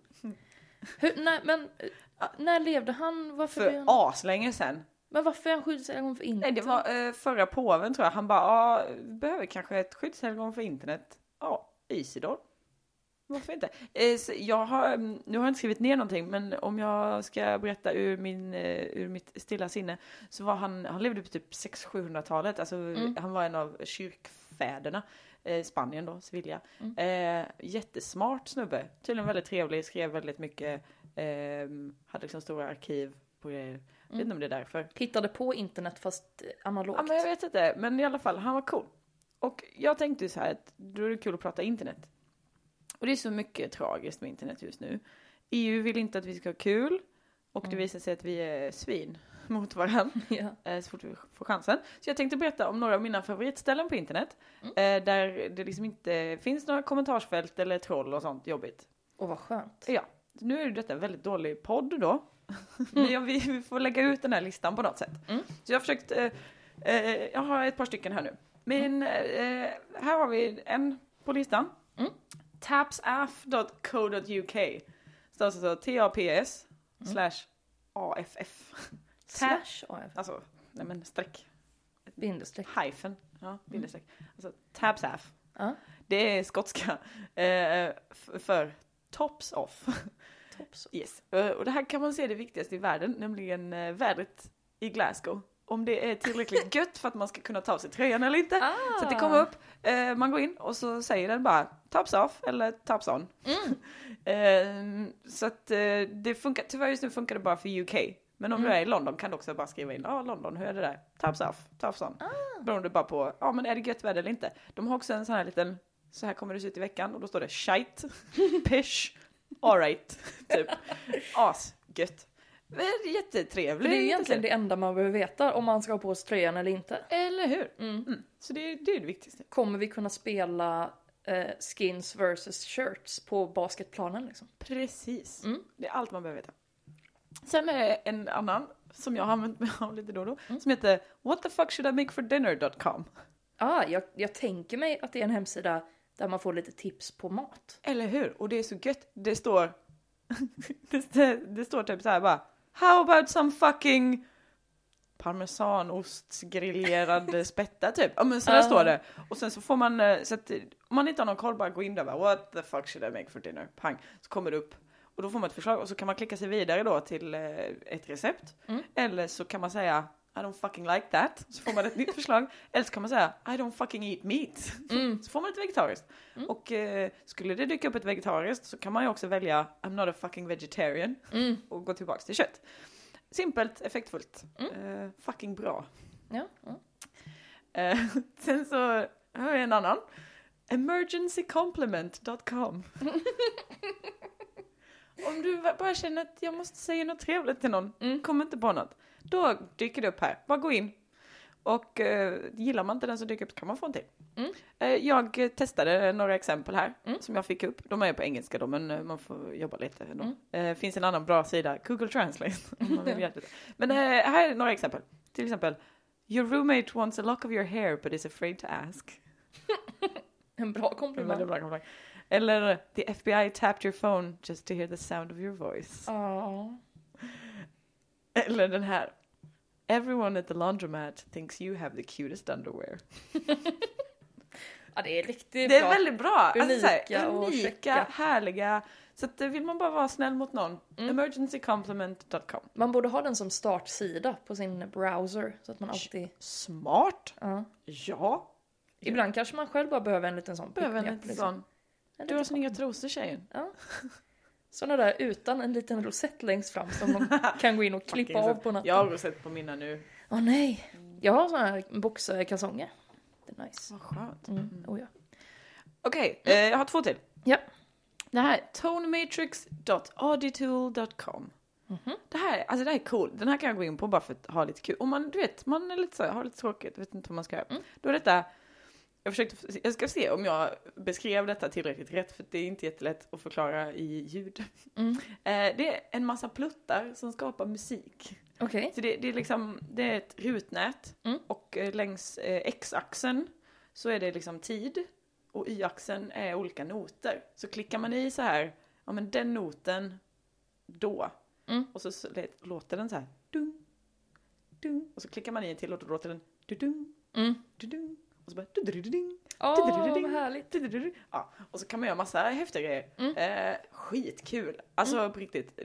När levde han? För aslänge sedan. Men varför är han skyddshelgon för internet? Nej, det var förra påven tror jag. Han bara, behöver kanske ett skyddshelgon för internet. Ja, Isidor. Varför inte? Nu har jag inte skrivit ner någonting, men om jag ska berätta ur mitt stilla sinne, så var han levde på typ 600-700-talet. Alltså han var en av kyrkfäderna. Spanien då, Sevilla. Jättesmart snubbe. Tydligen väldigt trevlig, skrev väldigt mycket. Hade liksom stora arkiv på grejer. Jag vet inte om det är därför. Hittade på internet fast analogt. Ja, men jag vet inte. Men i alla fall, han var cool. Och jag tänkte så här att då är det kul att prata internet. Och det är så mycket tragiskt med internet just nu. EU vill inte att vi ska ha kul. Och det visar sig att vi är svin mot varandra. Så fort vi får chansen. Så jag tänkte berätta om några av mina favoritställen på internet. Där det liksom inte finns några kommentarsfält eller troll och sånt jobbigt. Och vad skönt. Ja, nu är detta en väldigt dålig podd då. Men vi får lägga ut den här listan på något sätt. Så jag har försökt... jag har ett par stycken här nu. Men här har vi en på listan. tapsaf.co.uk. Så alltså TAPS /AFF. Alltså, nej men streck. Bindestreck. Hyphen. Ja, bindestreck. Alltså tapsaf. Det är skotska för tops off. Yes. Och det här kan man se det viktigaste i världen, nämligen vädret i Glasgow. Om det är tillräckligt gött för att man ska kunna ta av sig tröjan eller inte. Så att det kommer upp. Man går in och så säger den bara tops off eller tops on. Så att det funkar. Tyvärr just nu funkar det bara för UK. Men om du är i London kan du också bara skriva in London, hur är det där? Tops off, tops on. Beroende bara på, men är det gött väder eller inte? De har också en sån här liten, så här kommer det se ut i veckan. Och då står det shite, pesh, alright. Typ, gött. Det är jättetrevligt. Det är egentligen det enda man behöver veta om man ska ha på sig tröjan eller inte. Eller hur? Så det är det viktigaste. Kommer vi kunna spela skins versus shirts på basketplanen liksom? Precis. Det är allt man behöver veta. Sen är det en annan som jag har använt mig av lite då och då. Som heter whatthefuckshouldimakeforDinner.com. Jag tänker mig att det är en hemsida där man får lite tips på mat. Eller hur? Och det är så gött. Det står det står typ så här bara, how about some fucking parmesanost grillerad spätta typ. Ja men så där står det. Och sen så får man, så att om man inte har någon koll, bara gå in där och bara, what the fuck should I make for dinner? Pang. Så kommer det upp. Och då får man ett förslag och så kan man klicka sig vidare då till ett recept. Eller så kan man säga, I don't fucking like that. Så får man ett nytt förslag. Eller så kan man säga, I don't fucking eat meat. Så får man ett vegetariskt. Och skulle det dyka upp ett vegetariskt så kan man ju också välja, I'm not a fucking vegetarian. Och gå tillbaka till kött. Simpelt, effektfullt. Fucking bra. Sen så har jag en annan. Emergencycompliment.com. Om du bara känner att jag måste säga något trevligt till någon, kommer inte på något, då dyker det upp här. Bara gå in. Och gillar man inte den så dyker upp, kan man få en till. Jag testade några exempel här som jag fick upp. De är på engelska då, men man får jobba lite ändå. Finns en annan bra sida, Google Translate. Om man vill men här är några exempel. Till exempel, your roommate wants a lock of your hair but is afraid to ask. En bra komplimang. Eller, the FBI tapped your phone just to hear the sound of your voice. Eller den här. Everyone at the laundromat thinks you have the cutest underwear. Det är riktigt bra. Det är bra. väldigt bra. Unika, unika härliga. Så att, vill man bara vara snäll mot någon, emergencycompliment.com. Man borde ha den som startsida på sin browser så att man alltid... Smart. Ja. Ja. Ibland kanske man själv bara behöver en liten sån. Behöver en pick-me-up, liten sån. Du har snygga trosor, tjejen. Ja. Såna där utan en liten rosett längst fram som man kan gå in och klippa av på natten. Jag har rosett på mina nu. Åh nej. Jag har såna här boxerkalsonger. Det är nice. Vad skönt. Oh, ja. Okej, jag har 2 till. Ja. Det här är tonematrix.auditool.com. Det här är cool. Den här kan jag gå in på bara för att ha lite kul. Om man, du vet, man är lite så här, har lite tråkigt, vet inte vad man ska göra. Då är detta, jag ska se om jag beskrev detta tillräckligt rätt, för det är inte jättelätt att förklara i ljud. Det är en massa pluttar som skapar musik. Okej. Så det är liksom, det är ett rutnät och längs x-axeln så är det liksom tid och y-axeln är olika noter. Så klickar man i så här, ja men den noten då. Och så låter den så här dung, dung. Och så klickar man i en till och då låter den dung, dung. Och så bara dung. Vad härligt. Ja, och så kan man göra massa häftiga grejer. Skitkul. Alltså på riktigt.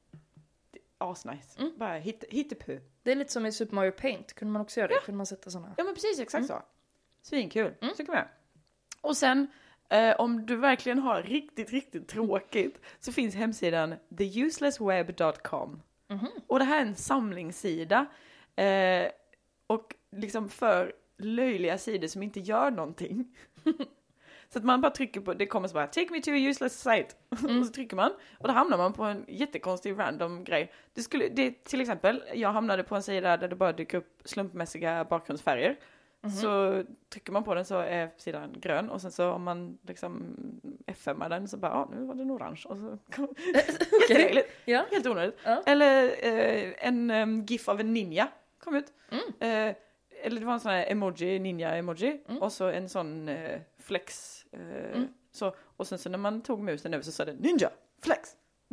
Asnice. Bara hittepö. Det är lite som i Super Mario Paint. Kunde man också göra det? Kunde man sätta såna? Ja men precis, exakt så. Svinkul. Så kan man göra. Och sen om du verkligen har riktigt, riktigt tråkigt så finns hemsidan theuselessweb.com. Och det här är en samlingssida och liksom för löjliga sidor som inte gör någonting. Så att man bara trycker på, det kommer så bara take me to a useless site. Och så trycker man och då hamnar man på en jättekonstig random grej. Det till exempel, jag hamnade på en sida där det bara dyker upp slumpmässiga bakgrundsfärger. Så trycker man på den så är sidan grön och sen så om man liksom F5 den så bara, nu var den orange och så jätteregligt. Ja. Helt onödigt. Eller en gif av en ninja kom ut. Eller det var en sån här ninja-emoji och så en sån flex så, och sen så när man tog musen över så sa det ninja, flex,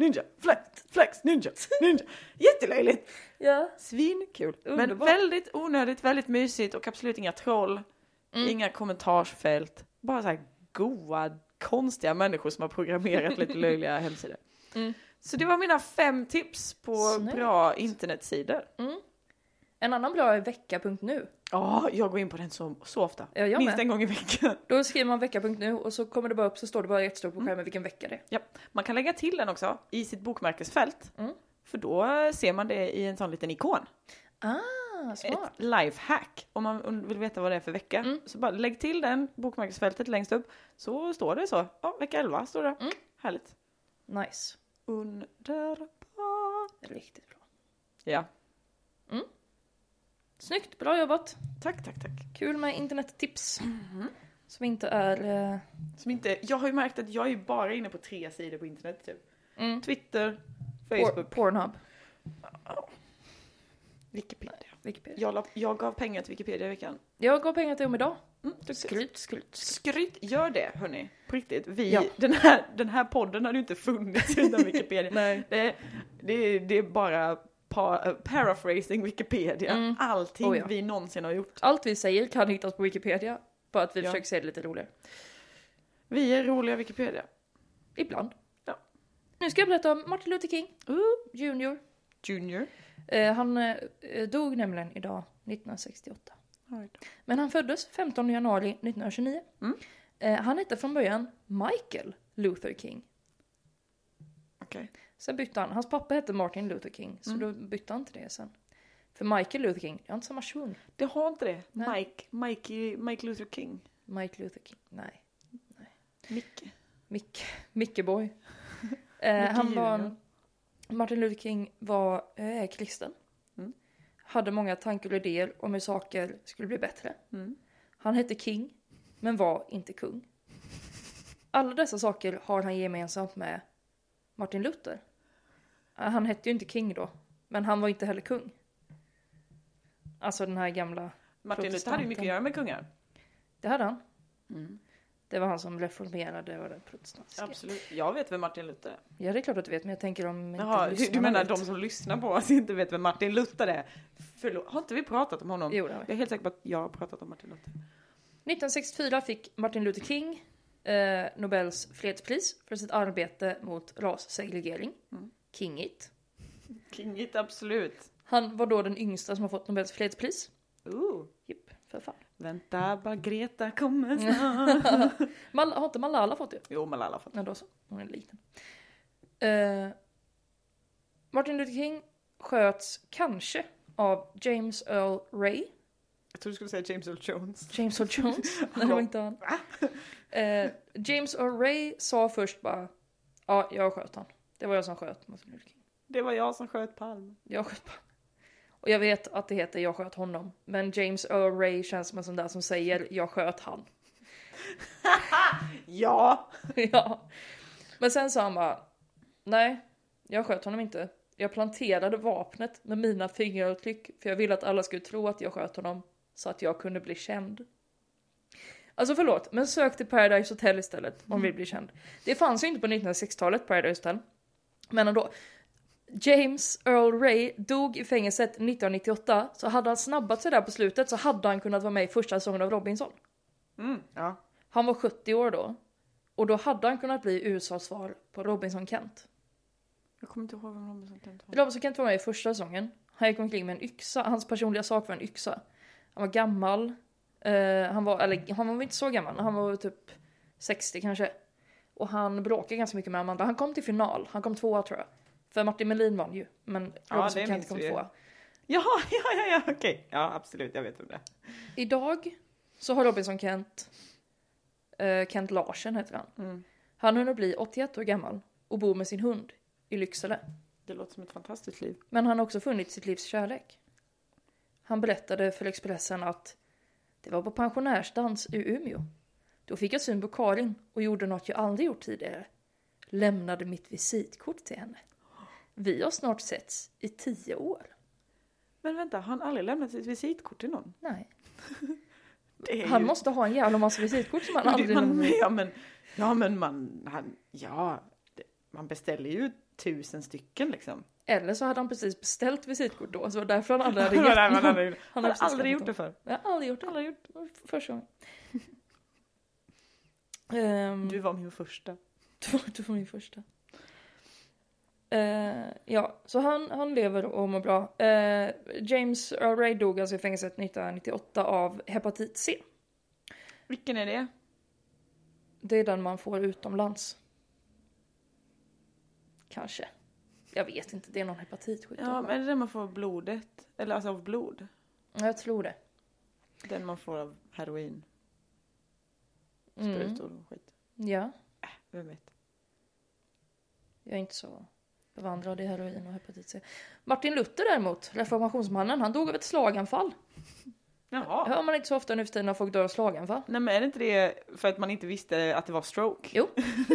ninja. Jättelöjligt. Ja. Svinkul. Underbar. Men väldigt onödigt, väldigt mysigt och absolut inga troll, inga kommentarsfält. Bara så här goa, konstiga människor som har programmerat lite löjliga hemsidor. Så det var mina 5 tips på bra internetsidor. En annan bra är vecka.nu. Ja, jag går in på den så ofta. Ja, jag minst med. en gång i veckan. Då skriver man vecka.nu och så kommer det bara upp, så står det bara jättestort på skärmen vilken vecka det är. Ja, man kan lägga till den också i sitt bokmärkesfält. För då ser man det i en sån liten ikon. Smart. Ett lifehack. Om man vill veta vad det är för vecka. Så bara lägg till den bokmärkesfältet längst upp. Så står det så. Ja, vecka 11 står det. Härligt. Nice. Underbart. Riktigt bra. Ja. Snyggt, bra jobbat. Tack. Kul med internettips. Som inte är... Jag har ju märkt att jag är bara inne på 3 sidor på internet typ. Twitter, Facebook. Pornhub. Wikipedia. Jag gav pengar till Wikipedia i veckan. Jag gav pengar till dem idag. Skryt, gör det hörni. På riktigt. Ja. Den här podden hade ju inte funnits utan Wikipedia. Nej. Det är bara paraphrasing Wikipedia. Allting vi någonsin har gjort. Allt vi säger kan hittas på Wikipedia. Bara att vi försöker se det lite roligare. Vi är roliga Wikipedia. Ibland. Ja. Nu ska jag berätta om Martin Luther King Junior. Han dog nämligen idag 1968. Men han föddes 15 januari 1929. Han hette från början Michael Luther King. Okej. Sen bytte han. Hans pappa hette Martin Luther King. Så då bytte han till det sen. För Michael Luther King, det har inte samma svung. Det har inte det. Nej. Mike Luther King. Mike Luther King, nej. Micke Boy. Martin Luther King var kristen. Hade många tankar och idéer om hur saker skulle bli bättre. Han hette King, men var inte kung. Alla dessa saker har han gemensamt med Martin Luther. Han hette ju inte King då, men han var inte heller kung. Alltså den här gamla Martin Luther hade ju mycket att göra med kungar. Det hade han. Det var han som reformerade och det protestantiska. Absolut. Jag vet vem Martin Luther är. Ja, det är klart att du vet, men jag tänker om du menar de som lyssnar på oss inte vet vem Martin Luther är. Förlåt, har inte vi pratat om honom? Jo, det har vi. Jag är helt säker på att jag har pratat om Martin Luther. 1964 fick Martin Luther King Nobels fredspris för sitt arbete mot rassegregering. Kingigt. Kingigt, absolut. Han var då den yngsta som har fått Nobels fredspris. Jipp, för fan. Vänta, bara Greta kommer snart. Har inte Malala fått det? Jo, Malala har fått det. Ja, då så. Hon är liten. Martin Luther King sköts kanske av James Earl Ray. Jag tror du skulle säga James Earl Jones. James Earl Jones? Nej, det var inte han. James Earl Ray sa först bara, ja, jag sköt han. Det var jag som sköt Martin Luther King. Det var jag som sköt Palme. Jag sköt Palme. Och jag vet att det heter jag sköt honom. Men James Earl Ray känns som en sån där som säger jag sköt han. Ja! Ja. Men sen sa han bara, nej, jag sköt honom inte. Jag planterade vapnet med mina fingeravtryck för jag ville att alla skulle tro att jag sköt honom så att jag kunde bli känd. Alltså förlåt, men sök till Paradise Hotel istället om vi blir känd. Det fanns ju inte på 1960-talet, Paradise Hotel. Men ändå. James Earl Ray dog i fängelset 1998, så hade han snabbat sig där på slutet så hade han kunnat vara med i första säsongen av Robinson. Ja. Han var 70 år då. Och då hade han kunnat bli USAs svar på Robinson Kent. Jag kommer inte ihåg vem Robinson Kent var. Robinson Kent var med i första säsongen. Han gick omkring med en yxa. Hans personliga sak var en yxa. Han var gammal. Han var inte så gammal. Han var typ 60 kanske. Och han bråkade ganska mycket med Amanda. Han kom till final. Han kom 2 tror jag. För Martin Melin vann ju. Men Robinson Kent kom 2. Ja, okej. Ja, absolut. Jag vet om det. Idag så har Robinson Kent... Kent Larsen heter han. Han hinner bli 81 år gammal. Och bor med sin hund i Lycksele. Det låter som ett fantastiskt liv. Men han har också funnit sitt livs kärlek. Han berättade för Expressen att det var på pensionärsdans i Umeå. Då fick jag syn på Karin och gjorde något jag aldrig gjort tidigare. Lämnade mitt visitkort till henne. Vi har snart setts i 10 år. Men vänta, har han aldrig lämnat sitt visitkort till någon? Nej. Han måste ha en jävla massa visitkort som han aldrig lämnar. Man beställer ju 1000 stycken liksom. Eller så hade han precis beställt visitkort då. Så därför han aldrig hade gett Han har aldrig gjort det för. Jag har aldrig gjort det. Första gången. Du var min första. Du var min första. Ja, så han lever och mår bra. James Earl Ray dog alltså i fängelset 1998 av hepatit C. Vilken är det? Det är den man får utomlands. Kanske. Jag vet inte, det är någon hepatitsjukdom. Ja, men är det den man får av blodet? Eller alltså av blod? Jag tror det. Den man får av heroin. Sprutor och skit. Ja. Vem vet? Jag är inte så bevandrad i heroin och hepatit C. Martin Luther däremot, reformationsmannen, han dog av ett slaganfall. Jaha. Hör man inte så ofta nu för tiden när folk dör av slaganfall? Nej, men är det inte det för att man inte visste att det var stroke? Jo.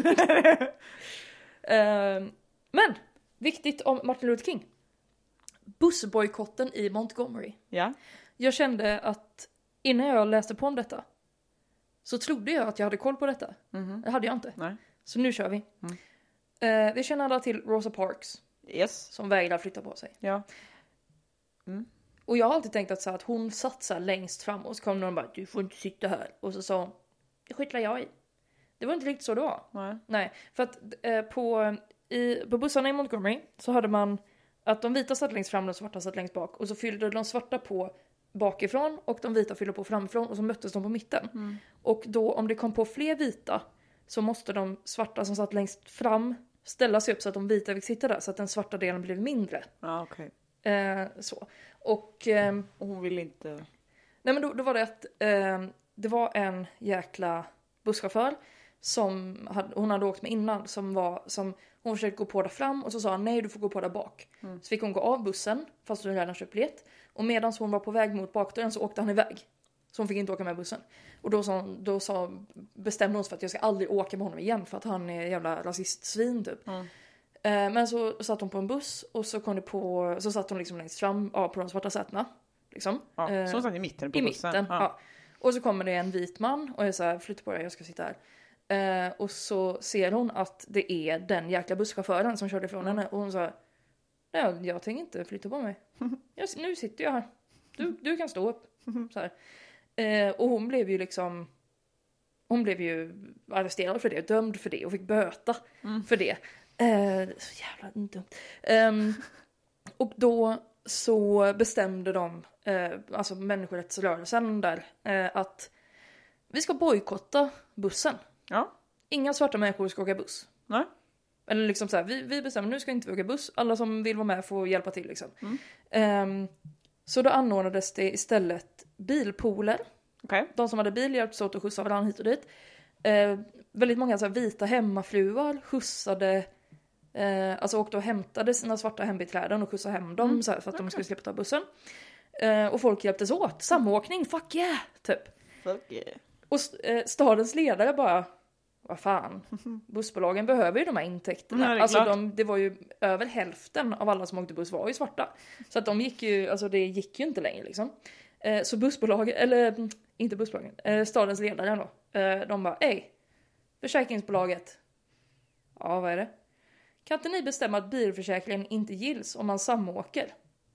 Men, viktigt om Martin Luther King. Bussbojkotten i Montgomery. Ja. Jag kände att innan jag läste på om detta så trodde jag att jag hade koll på detta. Det hade jag inte. Nej. Så nu kör vi. Vi känner alla till Rosa Parks. Yes. Som vägrar flytta på sig. Ja. Och jag har alltid tänkt att hon satsar längst fram. Och så kom någon bara, du får inte sitta här. Och så sa hon, det skitlar jag i. Det var inte riktigt så det var. Nej. För att på bussarna i Montgomery så hade man att de vita satt längst fram och de svarta satt längst bak. Och så fyllde de svarta på bakifrån och de vita fyllde på framifrån. Och så möttes de på mitten. Och då om det kom på fler vita så måste de svarta som satt längst fram ställa sig upp så att de vita fick sitta där. Så att den svarta delen blev mindre. Ja, okej. Så. Och hon ville inte... Nej, men då var det att det var en jäkla busschaufför som hon hade åkt med innan som hon försökte gå på där fram och så sa han nej, du får gå på där bak. Så fick hon gå av bussen fast hon redan köpt biljett. Och medan hon var på väg mot bakdörren så åkte han iväg. Så hon fick inte åka med bussen. Och då bestämde hon sig för att jag ska aldrig åka med honom igen för att han är jävla rasistsvin typ. Men så satt hon på en buss och så kom det på, så satt hon liksom längst fram på de svarta sätena. Liksom. Ja, så hon satt i mitten på bussen. Mitten, ja. Och så kommer det en vit man och jag säger flytta på dig, jag ska sitta här. Och så ser hon att det är den jäkla busschauffören som körde ifrån henne. Och hon sa, nej, jag tänker inte flytta på mig. Nu sitter jag här. Du kan stå upp. Så här. Och hon blev ju liksom hon blev ju arresterad för det, dömd för det och fick böta för det. Så jävla dumt. Och då så bestämde de, alltså människorättsrörelsen där, att vi ska bojkotta bussen. Ja. Inga svarta människor ska åka buss. Nej. Eller liksom så här, vi bestämmer, nu ska inte vi åka buss. Alla som vill vara med får hjälpa till liksom. Så då anordnades det istället bilpooler. Okay. De som hade bil hjälptes åt att skjutsa varandra hit och dit. Väldigt många så här, vita hemmafruar skjutsade, alltså åkte och hämtade sina svarta hembiträden och skjutsade hem dem så här, för att de skulle slippa ta bussen. Och folk hjälptes åt. Samåkning, fuck yeah, typ. Fuck yeah. Och stadens ledare bara, vad fan, bussbolagen behöver ju de här intäkterna. Alltså det var ju över hälften av alla som åkte buss var ju svarta. Så att de gick ju, alltså det gick ju inte längre liksom. Så bussbolagen, eller inte bussbolagen, stadens ledare då, de bara, försäkringsbolaget, ja vad är det? Kan inte ni bestämma att bilförsäkringen inte gills om man samåker?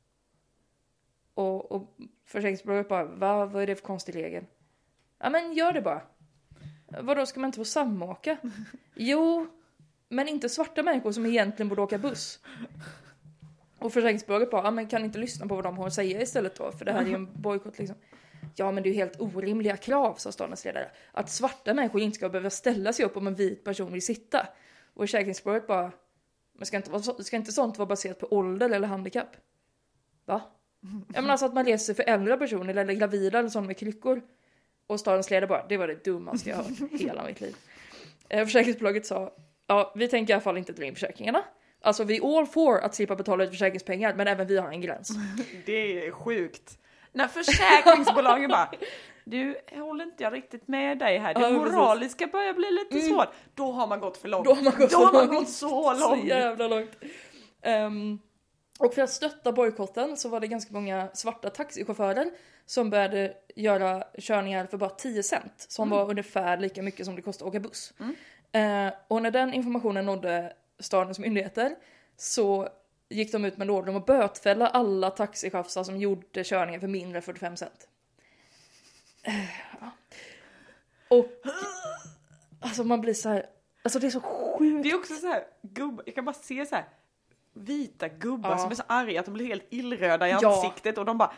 Och försäkringsbolaget bara, vad är det för konstig regel? Ja men gör det bara. Vadå, ska man inte få samåka? Jo, men inte svarta människor som egentligen borde åka buss. Och försäkringsbolaget bara, men kan inte lyssna på vad de har att säga istället då? För det här är ju en bojkott liksom. Ja, men det är ju helt orimliga krav, sa stadens ledare. Att svarta människor inte ska behöva ställa sig upp om en vit person vill sitta. Och försäkringsbolaget bara, men ska inte sånt vara baserat på ålder eller handikapp? Va? Jag menar alltså att man reser för äldre personer eller gravida eller sånt med kryckor. Och stadens ledare bara, det var det dummaste jag hört hela mitt liv. Försäkringsbolaget sa, ja, vi tänker i alla fall inte dra in försäkringarna. Alltså vi är all for att slippa betala ut försäkringspengar, men även vi har en gräns. Det är sjukt. När försäkringsbolagen bara, du, håller inte jag riktigt med dig här. Det moraliska börjar bli lite svårt. Då har man gått för långt. Då har man gått så långt. Så jävla långt. Och för att stötta bojkotten så var det ganska många svarta taxichaufförer som började göra körningar för bara 10 cent. Som var ungefär lika mycket som det kostade att åka buss. Och när den informationen nådde stadens myndigheter så gick de ut med order om att bötfälla alla taxichaufförer som gjorde körningen för mindre än 45 cent. Och alltså man blir så här, alltså det är så sjukt. Det är också så här, jag kan bara se så här vita gubbar som är så arga att de blir helt illröda i ansiktet och de bara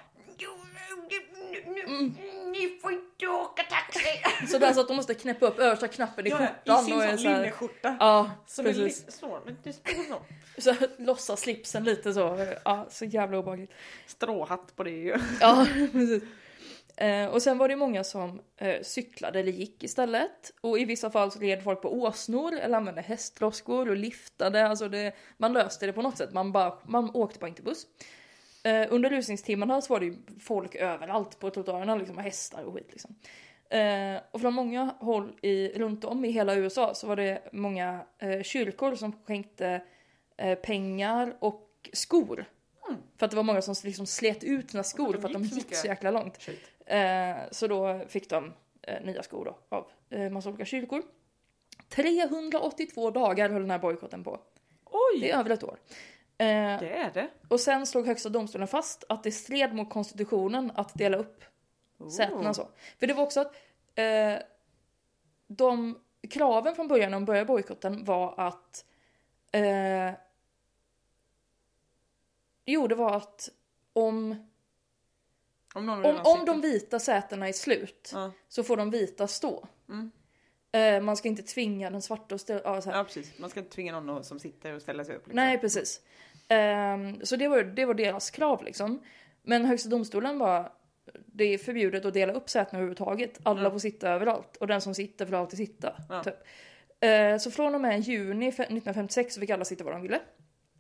ni får inte åka taxi. Så där så att de måste knäppa upp översta knappen i skjortan. I sin sån linneskjorta. Ja, som precis. Så lossa slipsen lite så. Ja, så jävla obehagligt. Stråhatt på det ju. Ja, precis. Och sen var det många som cyklade eller gick istället. Och i vissa fall så red folk på åsnor eller använde hästloskor och liftade. Alltså man löste det på något sätt. Man åkte bara inte buss. Under rusningstimmarna så var det ju folk överallt på trottoarerna liksom, och hästar och skit liksom. Och från många håll runt om i hela USA så var det många kyrkor som skänkte pengar och skor. För att det var många som liksom slet ut sina skor för att de gick så jäkla långt. Så då fick de nya skor då, av massa olika kyrkor. 382 dagar höll den här bojkotten på. Oj! Det är över ett år. Det är det. Och sen slog högsta domstolen fast att det stred mot konstitutionen att dela upp sätena så. För det var också att de kraven från början när de började bojkotten var att det var att om de vita sätena är slut så får de vita stå. Man ska inte tvinga den svarta att ställa så här. Ja, precis. Man ska inte tvinga någon som sitter och ställer sig upp. Liksom. Nej, precis. Så det var deras krav liksom. Men högsta domstolen var, det är förbjudet att dela upp sätena överhuvudtaget. Alla får sitta överallt. Och den som sitter får alltid sitta. Typ. Så från och med juni 1956 så fick alla sitta var de ville.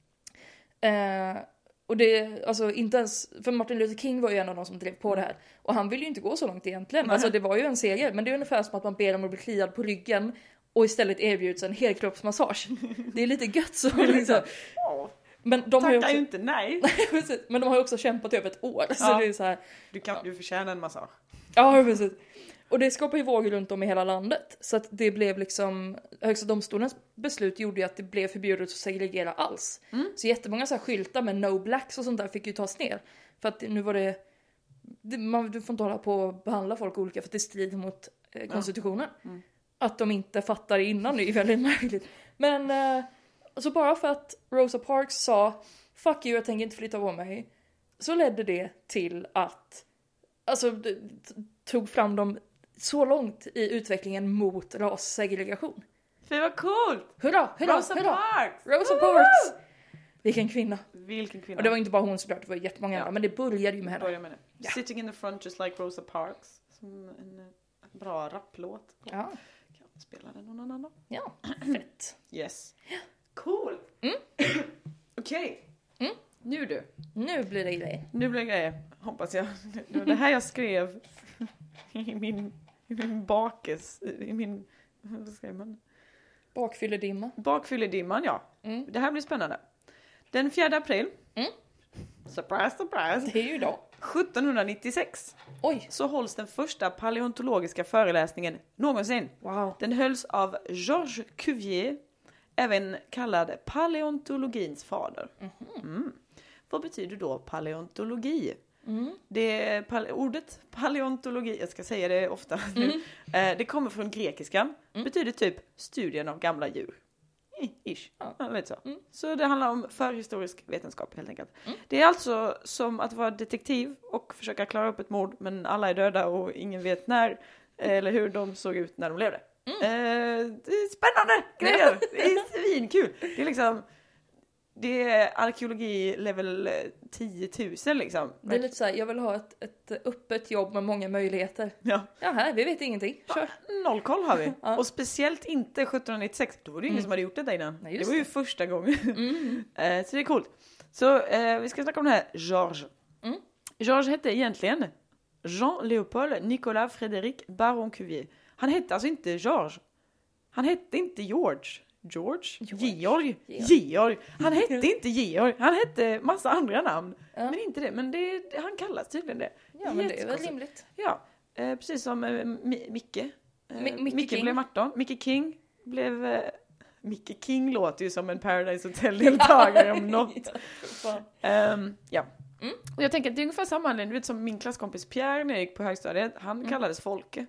Och det, alltså inte ens, för Martin Luther King var ju en av de som drev på det här. Och han ville ju inte gå så långt egentligen. Alltså det var ju en seger. Men det är ungefär som att man ber dem att bli kliad på ryggen och istället erbjuds en helkroppsmassage. Det är lite gött så liksom. Men de har ju också, inte nej. Men de har ju också kämpat i över ett år. Så det är så här, du förtjänar en massage. Ja, precis. Och det skapar ju vågor runt om i hela landet. Så att det blev liksom, högsta domstolens beslut gjorde ju att det blev förbjudet att segregera alls. Så jättemånga så här skyltar med no blacks och sånt där fick ju tas ner. För att nu var du får inte hålla på och behandla folk olika för att det strider mot konstitutionen. Att de inte fattar innan är ju väldigt märkligt. Men alltså bara för att Rosa Parks sa fuck you, jag tänker inte flytta på mig, så ledde det till att alltså tog fram dem så långt i utvecklingen mot rassegregation. Det var coolt! Hurra! Rosa Parks! Rosa Parks! Vilken kvinna. Och det var inte bara hon såklart, det var jättemånga andra, men det började ju med henne. Ja. Sitting in the front just like Rosa Parks. Som en bra rapplåt. Ja. Kan spela den någon annan då? Ja, fett. Yes. Cool! Okej. Nu du. Nu blir det grejer. Nu blir det grejer, hoppas jag. Det var det här jag skrev i min bakes, i min, vad säger man? Bakfylledimma. Bakfylledimman, ja. Det här blir spännande. Den 4 april, surprise, surprise, det är ju idag. 1796 så hålls den första paleontologiska föreläsningen någonsin. Wow. Den hölls av Georges Cuvier, även kallad paleontologins fader. Vad betyder då paleontologi? Det ordet paleontologi, jag ska säga det ofta nu, det kommer från grekiskan, betyder typ studien av gamla djur. Ish. Ja. Vet så. Så det handlar om förhistorisk vetenskap helt enkelt. Det är alltså som att vara detektiv och försöka klara upp ett mord, men alla är döda och ingen vet när eller hur de såg ut när de levde. Det är spännande grejer. Det är svinkul. Det är liksom, det är arkeologi level 10 000 liksom. Det är lite så här, jag vill ha ett öppet jobb med många möjligheter. Ja. Jaha, vi vet ingenting. Kör. Noll koll har vi. Och speciellt inte 1796. Då var det ingen som hade gjort det innan. Nej, det var ju första gången. Så det är coolt. Så vi ska snacka om det här Georges. Georges hette egentligen Jean-Léopold Nicolas Frédéric Baron Cuvier. Han hette alltså inte Georges. Han hette inte George. Georg. Han hette inte Georg. Han hette massa andra namn. Men inte det. Men han kallas tydligen det. Ja, men det är väl rimligt. Ja, precis som Micke. Micke King blev Martin. Micke King blev... Micke King låter ju som en Paradise Hotel-deltagare om något. Ja. Och jag tänker att det är ungefär samma anledning. Du vet som min klasskompis Pierre när jag gick på högstadiet. Han kallades Folke.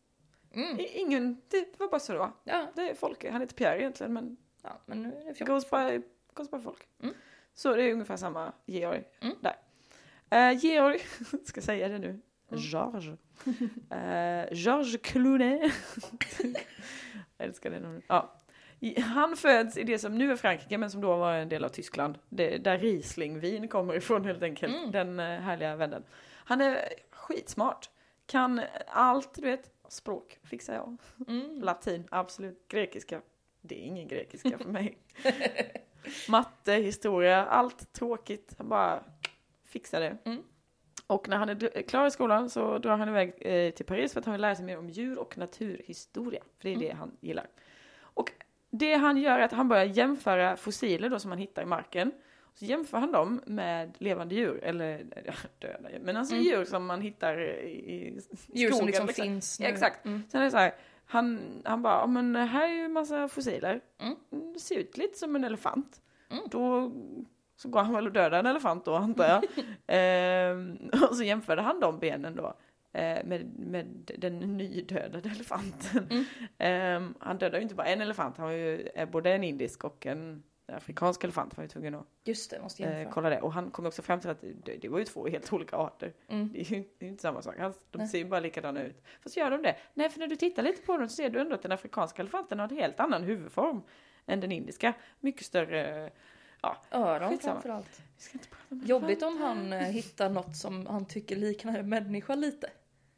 Det var bara så det var. Ja. Det är Folke. Han heter Pierre egentligen, men... Ja, men nu är det goes by Folk. Så det är ungefär samma Georg där. Georg, ska säga det nu. Georges. Georges Clooney. Jag älskar det namnet. Ja. Han föds i det som nu är Frankrike, men som då var en del av Tyskland. Där Rieslingvin kommer ifrån helt enkelt. Den härliga vännen. Han är skitsmart. Kan allt, du vet. Språk fixar jag. Latin, absolut. Grekiska. Det är ingen grekiska för mig. Matte, historia, allt tråkigt. Han bara fixar det. Och när han är klar i skolan så drar han iväg till Paris för att han vill lära sig mer om djur- och naturhistoria. För det är det han gillar. Och det han gör är att han börjar jämföra fossiler då som han hittar i marken. Så jämför han dem med levande djur. Eller döda djur. Men alltså djur som man hittar i skogen. Djur som liksom finns nu. Ja, exakt. Sen är det så här. Han bara, men här är ju en massa fossiler. Det ser ut lite som en elefant. Då så går han väl och dödar en elefant då, antar jag. Och så jämförde han de benen då med den nydödade elefanten. Han dödade ju inte bara en elefant. Han var ju både en indisk och en afrikansk elefant. Var ju tvungen att just det, måste jämföra. Kolla det. Och han kom också fram till att det var ju 2 helt olika arter. Det är ju inte samma sak. De ser ju bara likadana ut. Fast gör de det? Nej, för när du tittar lite på dem så ser du ändå att den afrikanska elefanten har en helt annan huvudform än den indiska. Mycket större... Ja, öron framförallt. Jobbigt om han hittar något som han tycker liknar en människa lite.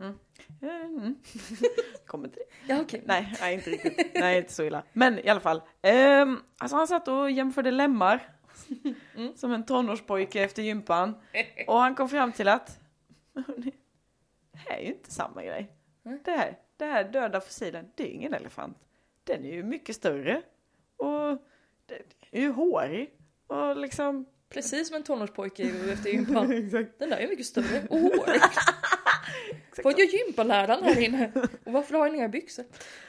Kommer inte det. Ja, okej. Nej, inte riktigt. Nej, inte så illa. Men i alla fall. Alltså han satt och jämförde lemmar. Som en tonårspojke efter gympan. Och han kom fram till att det här är ju inte samma grej. Det här döda fossilen, det är ingen elefant. Den är ju mycket större. Och det är ju hårig. Och liksom... Precis som en tonårspojke efter gympan. Den där är mycket större och hårig. Vad gör gympaläraren här inne? Och varför har ni inga byxor?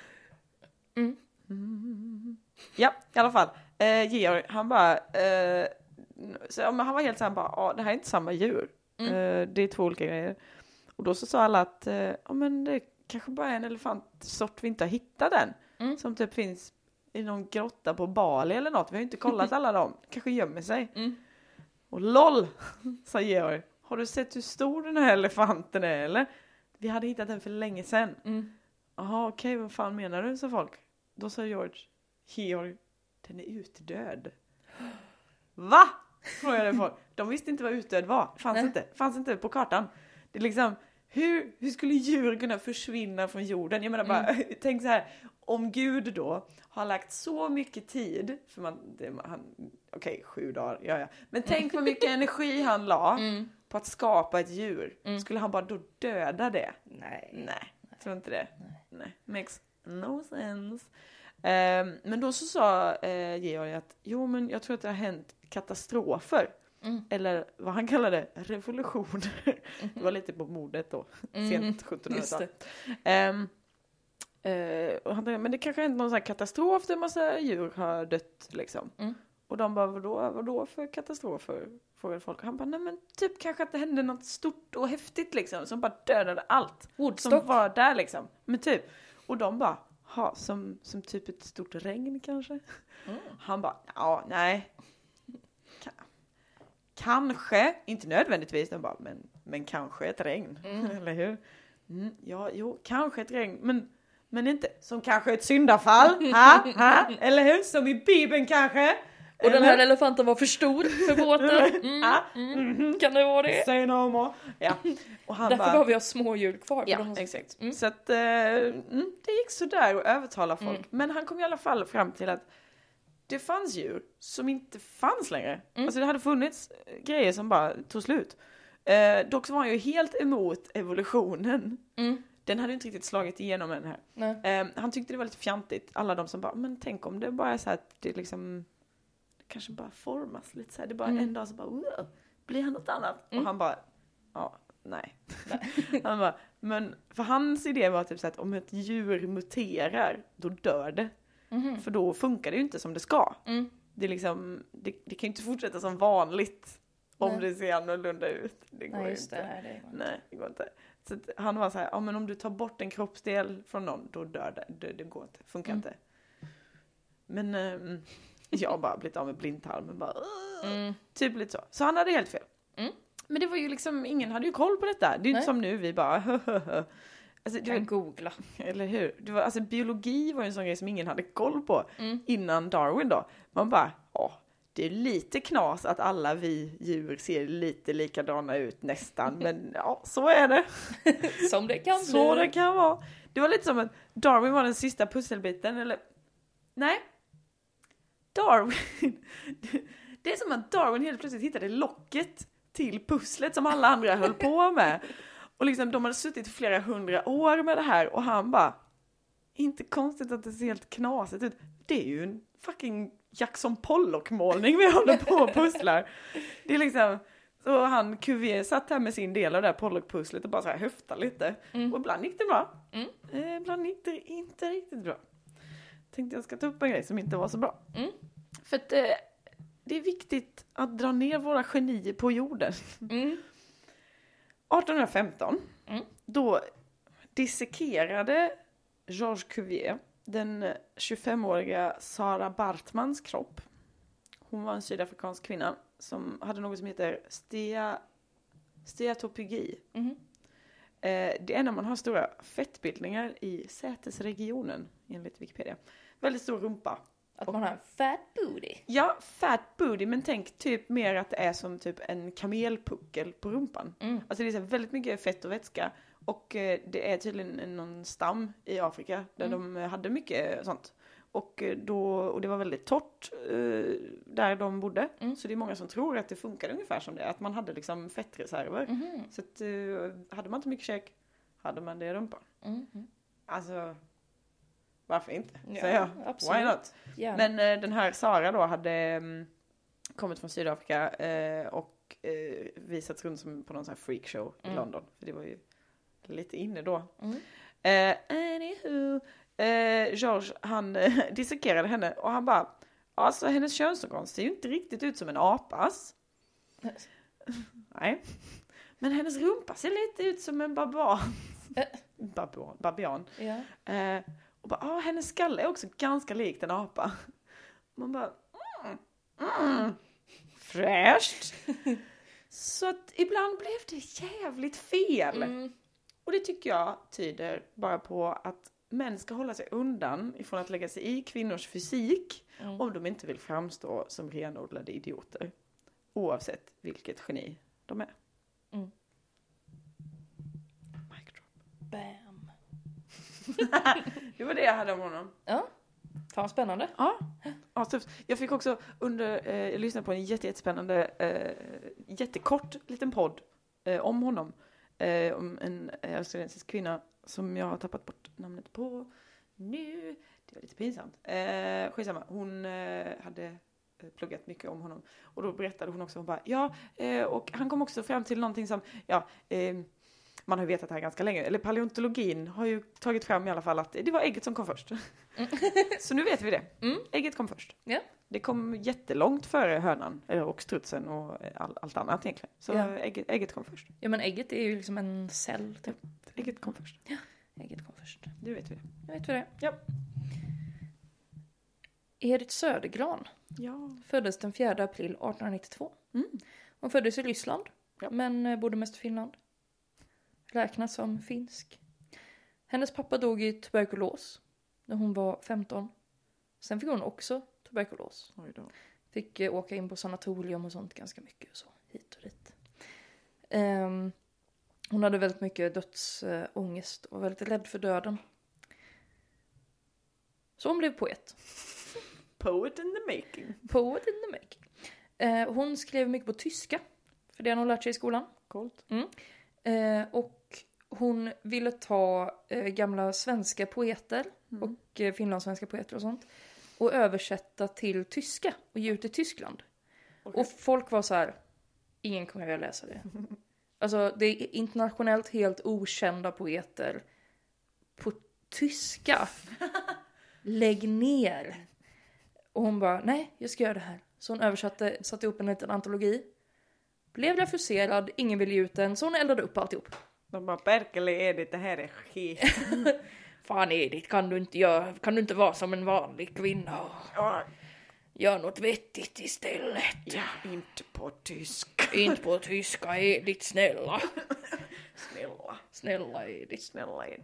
Ja, i alla fall. Georg, han bara... han var helt så här bara, det här är inte samma djur. Det är 2 olika grejer. Och då så sa alla att men kanske bara är en elefantsort vi inte har hittat än. Som typ finns i någon grotta på Bali eller något. Vi har ju inte kollat alla dem. Kanske gömmer sig. Och LOL, sa Georg. Har du sett hur stor den här elefanten är eller? Vi hade hittat den för länge sedan. Jaha, okej, vad fan menar du, sa folk. Då sa Georg, den är utdöd. Va? Frågade folk. De visste inte vad utdöd var. Fanns inte på kartan. Det är liksom, hur skulle djur kunna försvinna från jorden? Jag menar bara, tänk så här. Om Gud då har lagt så mycket tid, för okej, 7 dagar, ja. Men tänk vad mycket energi han la på att skapa ett djur. Skulle han bara då döda det? Nej, tror inte det. Nej. Makes no sense. Men då så sa Georg att men jag tror att det har hänt katastrofer. Eller vad han kallade revolutioner. Det var lite på modet då, sent 1700-tal. Och han tänkte, men det kanske är någon sån här katastrof där en massa djur har dött liksom. Och de bara, vadå för katastrofer? Frågade folk. Och han bara, nej men typ kanske att det hände något stort och häftigt liksom. Som bara dödade allt. Woodstock. Som var där liksom. Men typ. Och de bara, som typ ett stort regn kanske. Han bara, nej. Kanske, inte nödvändigtvis. De bara, men kanske ett regn. Eller hur? Kanske ett regn. Men inte som kanske ett syndafall. Eller hur? Som i Bibeln kanske. Och den här elefanten var för stor för båten. Kan det vara det? Say no more. Ja. Och han därför behöver vi ha små djur kvar. Ja, exakt. Så att det gick så där att övertala folk. Men han kom i alla fall fram till att det fanns djur som inte fanns längre. Alltså det hade funnits grejer som bara tog slut. Dock så var han ju helt emot evolutionen. Den hade ju inte riktigt slagit igenom än här. Han tyckte det var lite fjantigt. Alla de som bara, men tänk om det bara är så att det liksom kanske bara formas lite så här. Det är bara en dag så bara, blir han något annat? Och han bara, nej. Han bara, men för hans idé var typ så att om ett djur muterar, då dör det. För då funkar det ju inte som det ska. Det är liksom, det kan ju inte fortsätta som vanligt om det ser annorlunda ut. Det går inte. Nej, det går inte. Så att han var så här, men om du tar bort en kroppsdel från någon, då dör det. Det går inte, funkar inte. Men jag har bara blivit av med blindtarmen. Bara, typ lite så. Så han hade helt fel. Men det var ju liksom, ingen hade ju koll på detta. Det är ju inte som nu, vi bara alltså, du kan googla. Eller hur? Det var, alltså, biologi var ju en sån grej som ingen hade koll på innan Darwin då. Man bara, det är lite knas att alla vi djur ser lite likadana ut nästan. Men så är det. Som det kan Så det kan vara. Det var lite som att Darwin var den sista pusselbiten. Eller, nej. Darwin. Det är som att Darwin helt plötsligt hittade locket till pusslet som alla andra höll på med. Och liksom, de hade suttit flera 100 år med det här. Och han bara, inte konstigt att det ser helt knasigt ut. Det är ju en fucking Jackson Pollock-målning vi håller på och pusslar. Det är liksom, så han Cuvier satt här med sin del av det här Pollock-pusslet och bara så här höfta lite. Och ibland gick det bra. Ibland gick det inte riktigt bra. Tänkte jag ska ta upp en grej som inte var så bra. För att det är viktigt att dra ner våra genier på jorden. 1815 då dissekerade Georges Cuvier den 25-åriga Sarah Bartmans kropp. Hon var en sydafrikansk kvinna som hade något som heter steatopygi. Det är när man har stora fettbildningar i sätesregionen enligt Wikipedia. Väldigt stor rumpa. Att man har en fat booty. Ja, fat booty, men tänk typ mer att det är som typ en kamelpuckel på rumpan. Alltså det är så väldigt mycket fett och vätska. Och det är tydligen någon stam i Afrika där de hade mycket sånt. Och det var väldigt torrt där de bodde. Så det är många som tror att det funkar ungefär som det. Att man hade liksom fettreserver. Så att, hade man inte mycket käk, hade man det i rumpan. Alltså, varför inte? Ja, jag. Absolut. Why not? Yeah. Men den här Sara då hade kommit från Sydafrika och visats runt på någon sån här freakshow i London. För det var ju lite inne då. Anywho, George, han dissekerade henne och han bara, alltså hennes könsorgan ser ju inte riktigt ut som en apas. Nej. Men hennes rumpa ser lite ut som en barbar. Babian. Ja. Och bara, hennes skalle är också ganska likt en apa. Man bara, fräscht. Så att ibland blev det jävligt fel. Och det tycker jag tyder bara på att män ska hålla sig undan ifrån att lägga sig i kvinnors fysik om de inte vill framstå som renodlade idioter. Oavsett vilket geni de är. Mic drop. Bam. Det var det jag hade om honom. Ja, fan spännande. Ja, tufft. Jag fick också jag lyssnade på en jättespännande, jättekort liten podd om honom. Om en australiensisk kvinna som jag har tappat bort namnet på nu. Det var lite pinsamt. Skitsamma. Hon hade pluggat mycket om honom. Och då berättade hon också, och han kom också fram till någonting som, man har ju vetat det här ganska länge. Eller paleontologin har ju tagit fram i alla fall att det var ägget som kom först. Så nu vet vi det. Ägget kom först. Ja. Det kom jättelångt före hönan och strutsen och allt annat egentligen. Så ägget kom först. Ja, men ägget är ju liksom en cell typ. Ägget kom först. Ja, ägget kom först. Nu vet vi det. Nu vet vi det. Ja. Edith Södergran föddes den 4 april 1892. Hon föddes i Ryssland, men bodde mest i Finland. Räknas som finsk. Hennes pappa dog i tuberkulos när hon var 15. Sen fick hon också tuberkulos. Oj då. Fick åka in på sanatorium och sånt ganska mycket. Och så, hit och dit. Hon hade väldigt mycket dödsångest och var väldigt rädd för döden. Så hon blev poet. Poet in the making. Poet in the making. Hon skrev mycket på tyska. För det har hon lärt sig i skolan. Coolt. Och hon ville ta gamla svenska poeter och finlandssvenska poeter och sånt. Och översätta till tyska och ge ut i Tyskland. Okay. Och folk var så här, ingen kommer att läsa det. Alltså det är internationellt helt okända poeter på tyska. Lägg ner. Och hon bara, nej, jag ska göra det här. Så hon satte upp en liten antologi. Blev refuserad, ingen ville ge ut den, så hon eldade upp alltihop. De bara, Perkele Edith, det här är skit. Fan Edith, kan du inte vara som en vanlig kvinna och gör något vettigt istället? Ja, inte på tyska. Inte på tyska, Edith, snälla. Snälla Edith.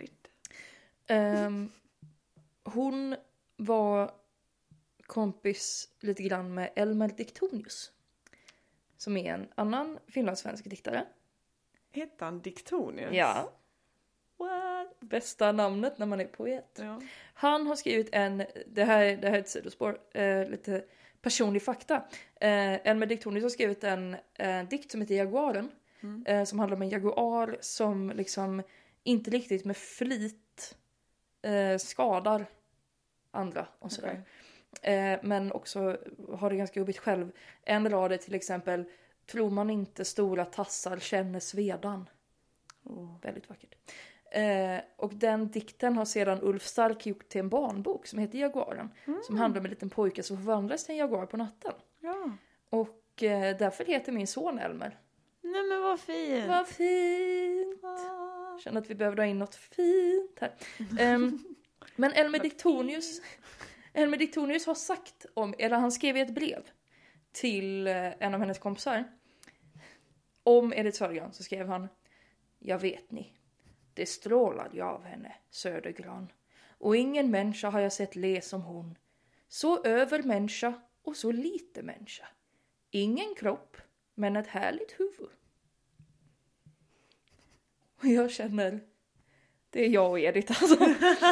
Hon var kompis lite grann med Elmer Diktonius. Som är en annan finlandssvensk diktare. Heter han Diktonius? Ja. What? Bästa namnet när man är poet. Ja. Han har skrivit det här är ett sidospår, lite personlig fakta. Elmer Diktonius har skrivit en dikt som heter Jaguaren. Som handlar om en jaguar som liksom inte riktigt med flit skadar andra och sådär. Okay. Men också har det ganska jobbigt själv. En rad är till exempel, tror man inte stora tassar känner svedan. Väldigt vackert. Och den dikten har sedan Ulf Stark gjort till en barnbok som heter Jaguaren. Som handlar om en liten pojke som förvandlas till en jaguar på natten. Ja. Och därför heter min son Elmer. Nej men vad fint. Vad fint. Känner att vi behöver dra in något fint här. Men Elmer Diktonius har sagt han skrev i ett brev till en av hennes kompisar om Edith Södergran, så skrev han: jag vet ni, det strålade jag av henne, Södergran, och ingen människa har jag sett le som hon, så övermänniska och så lite människa, ingen kropp men ett härligt huvud. Och jag känner, det är jag och Edith alltså.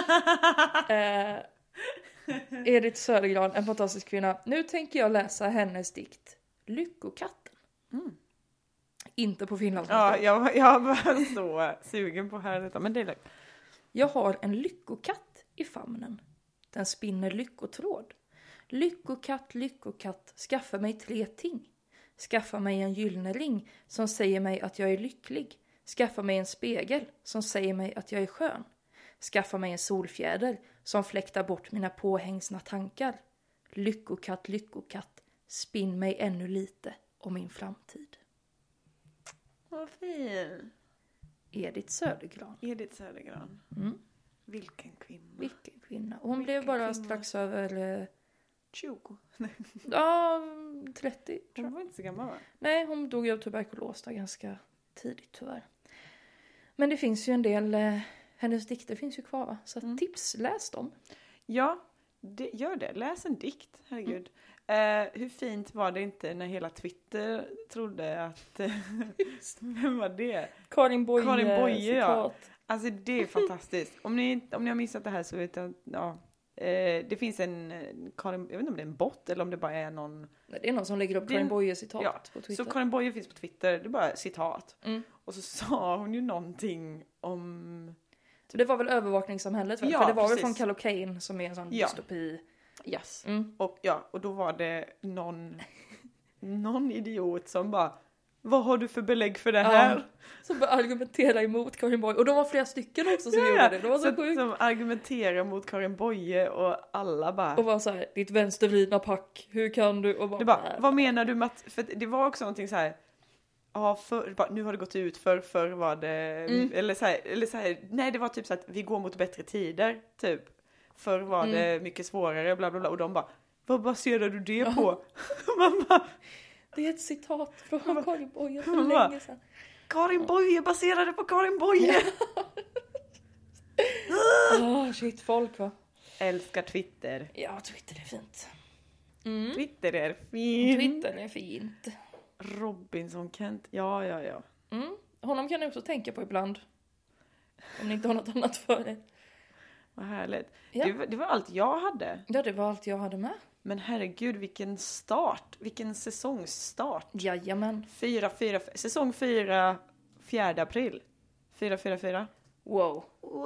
Edith Södergran, en fantastisk kvinna. Nu tänker jag läsa hennes dikt Lyckokatten. Inte på finlandssvenska. Ja, jag var så sugen på att höra detta, men det är lugnt. Jag har en lyckokatt i famnen. Den spinner lyckotråd. Lyckokatt, lyckokatt, skaffa mig 3 ting. Skaffa mig en gyllene ring som säger mig att jag är lycklig. Skaffa mig en spegel som säger mig att jag är skön. Skaffa mig en solfjäder som fläktar bort mina påhängsna tankar. Lyckokatt, lyckokatt, spinn mig ännu lite om min framtid. Vad fin. Edith Södergran. Edith Södergran. Mm. Vilken kvinna. Vilken kvinna. Och hon Vilken blev bara kvinna. strax över 20. 30 tror Hon jag. var inte så gammal, va? Nej, hon dog av tuberkulos där ganska tidigt tyvärr. Men det finns ju en del, hennes dikter finns ju kvar va? Så tips, läs dem. Ja, gör det. Läs en dikt, herregud. Hur fint var det inte när hela Twitter trodde att... Vem var det? Karin Boye ja. citat. Alltså det är fantastiskt. Om ni har missat det här så vet jag ja. Det finns en Karin, jag vet inte om det är en bot eller om det bara är någon... Nej, det är någon som lägger upp Karin Boye citat på Twitter. Så Karin Boye finns på Twitter, det är bara citat. Mm. Och så sa hon ju någonting om... Det var väl övervakningssamhället väl? Ja, för det var precis. väl från Kalle Kane som är en sån dystopi. Yes. Mm. Och då var det någon idiot som bara, vad har du för belägg för det här? Som bara argumentera emot Karin Boye. Och de var flera stycken också som gjorde det. Det var så sjukt. Som argumenterar mot Karin Boye och alla bara... Och var så här, ditt vänstervridna pack, hur kan du? Och bara vad menar du med att... För det var också någonting så här... Ja, nu har det gått ut för var det... Eller så här, nej det var typ så att vi går mot bättre tider, typ. Förr var det mycket svårare, bla bla bla. Och de bara, vad baserar du det på? Man bara... Det är ett citat från Karin Boye för länge sedan. Karin Boye baserade på Karin Boye! Shit, folk va? Älskar Twitter. Ja, Twitter är fint. Twitter är fint. Twitter är fint. Robinson Kent, ja. Honom kan ni också tänka på ibland. Om ni inte har något annat för er. Vad härligt. Ja. Det var allt jag hade. Ja, det var allt jag hade med. Men herregud, vilken säsongsstart. Jajamän. Säsong 4, 4 april. 4. Wow.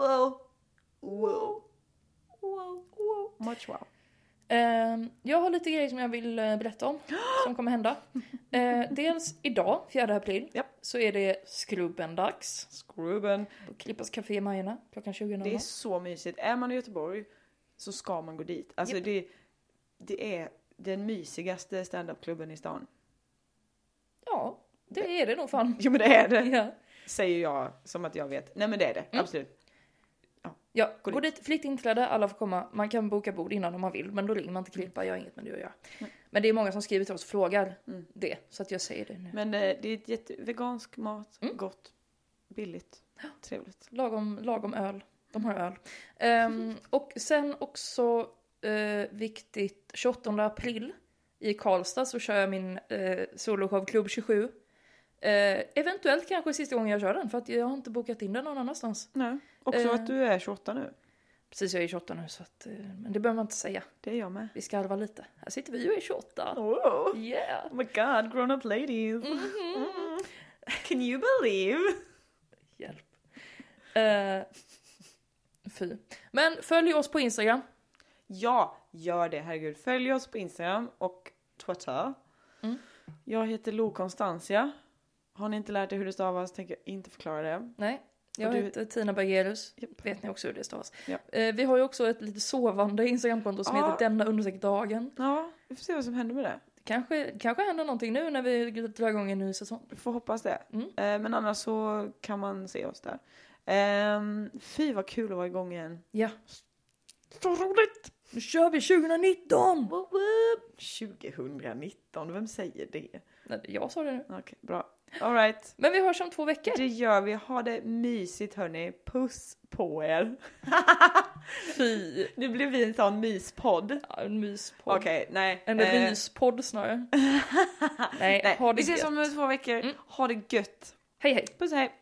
Much wow. Jag har lite grejer som jag vill berätta om. Som kommer hända. Dels idag, 4 april. Japp. Så är det Skrubben-dags. Skrubben. På Klippas Café i Majorna. Klockan 20.00. Det är så mysigt. Är man i Göteborg så ska man gå dit. Alltså det är den mysigaste stand-up-klubben i stan. Ja, det är det nog fan. Jo men det är det. Ja. Säger jag som att jag vet. Nej men det är det, absolut. Ja, gå dit fritt inträde, alla får komma. Man kan boka bord innan om man vill, men då ringer man till Klippa, jag har inget med det att göra. Men det är många som skriver till oss och frågar det, så att jag säger det nu. Men det är vegansk mat, gott, billigt, trevligt. Lagom öl. De har öl. Och sen också viktigt, 28 april i Karlstad så kör jag min soloshow Klubb 27. Eventuellt kanske sista gången jag kör den, för att jag har inte bokat in den någon annanstans. Nej, också att du är 28 nu. Precis, jag är 28 nu, så att, men det behöver man inte säga. Det är jag med. Vi skarvar lite. Här sitter vi och är 28. Oh, Yeah. oh my god, grown up ladies. Can you believe? Hjälp. Fy. Men följ oss på Instagram. Ja, gör det, herregud. Följ oss på Instagram och Twitter. Jag heter Lo Constantia. Har ni inte lärt er hur det stavas tänker jag inte förklara det. Nej, jag heter Tina Bergerus. Yep. Vet ni också hur det stavas. Ja. Vi har ju också ett lite sovande Instagramkonto som heter denna_dagen. Ja, vi får se vad som händer med det. Kanske händer någonting nu när vi drar igång en ny säsong. Vi får hoppas det. Men annars så kan man se oss där. Fy vad kul att vara igång igen. Ja. Så roligt! Nu kör vi 2019! 2019, vem säger det? Nej, jag sa det nu. Okej, bra. All right. Men vi hörs om 2 veckor. Det gör vi. Ha det mysigt hörni. Puss på er. Fy. Nu blir vi en sån myspodd. Ja, en myspodd. Okej, nej. En ryspodd snarare. Nej, ha det vi ses gött. om 2 veckor. Ha det gött. Hej hej. Puss hej.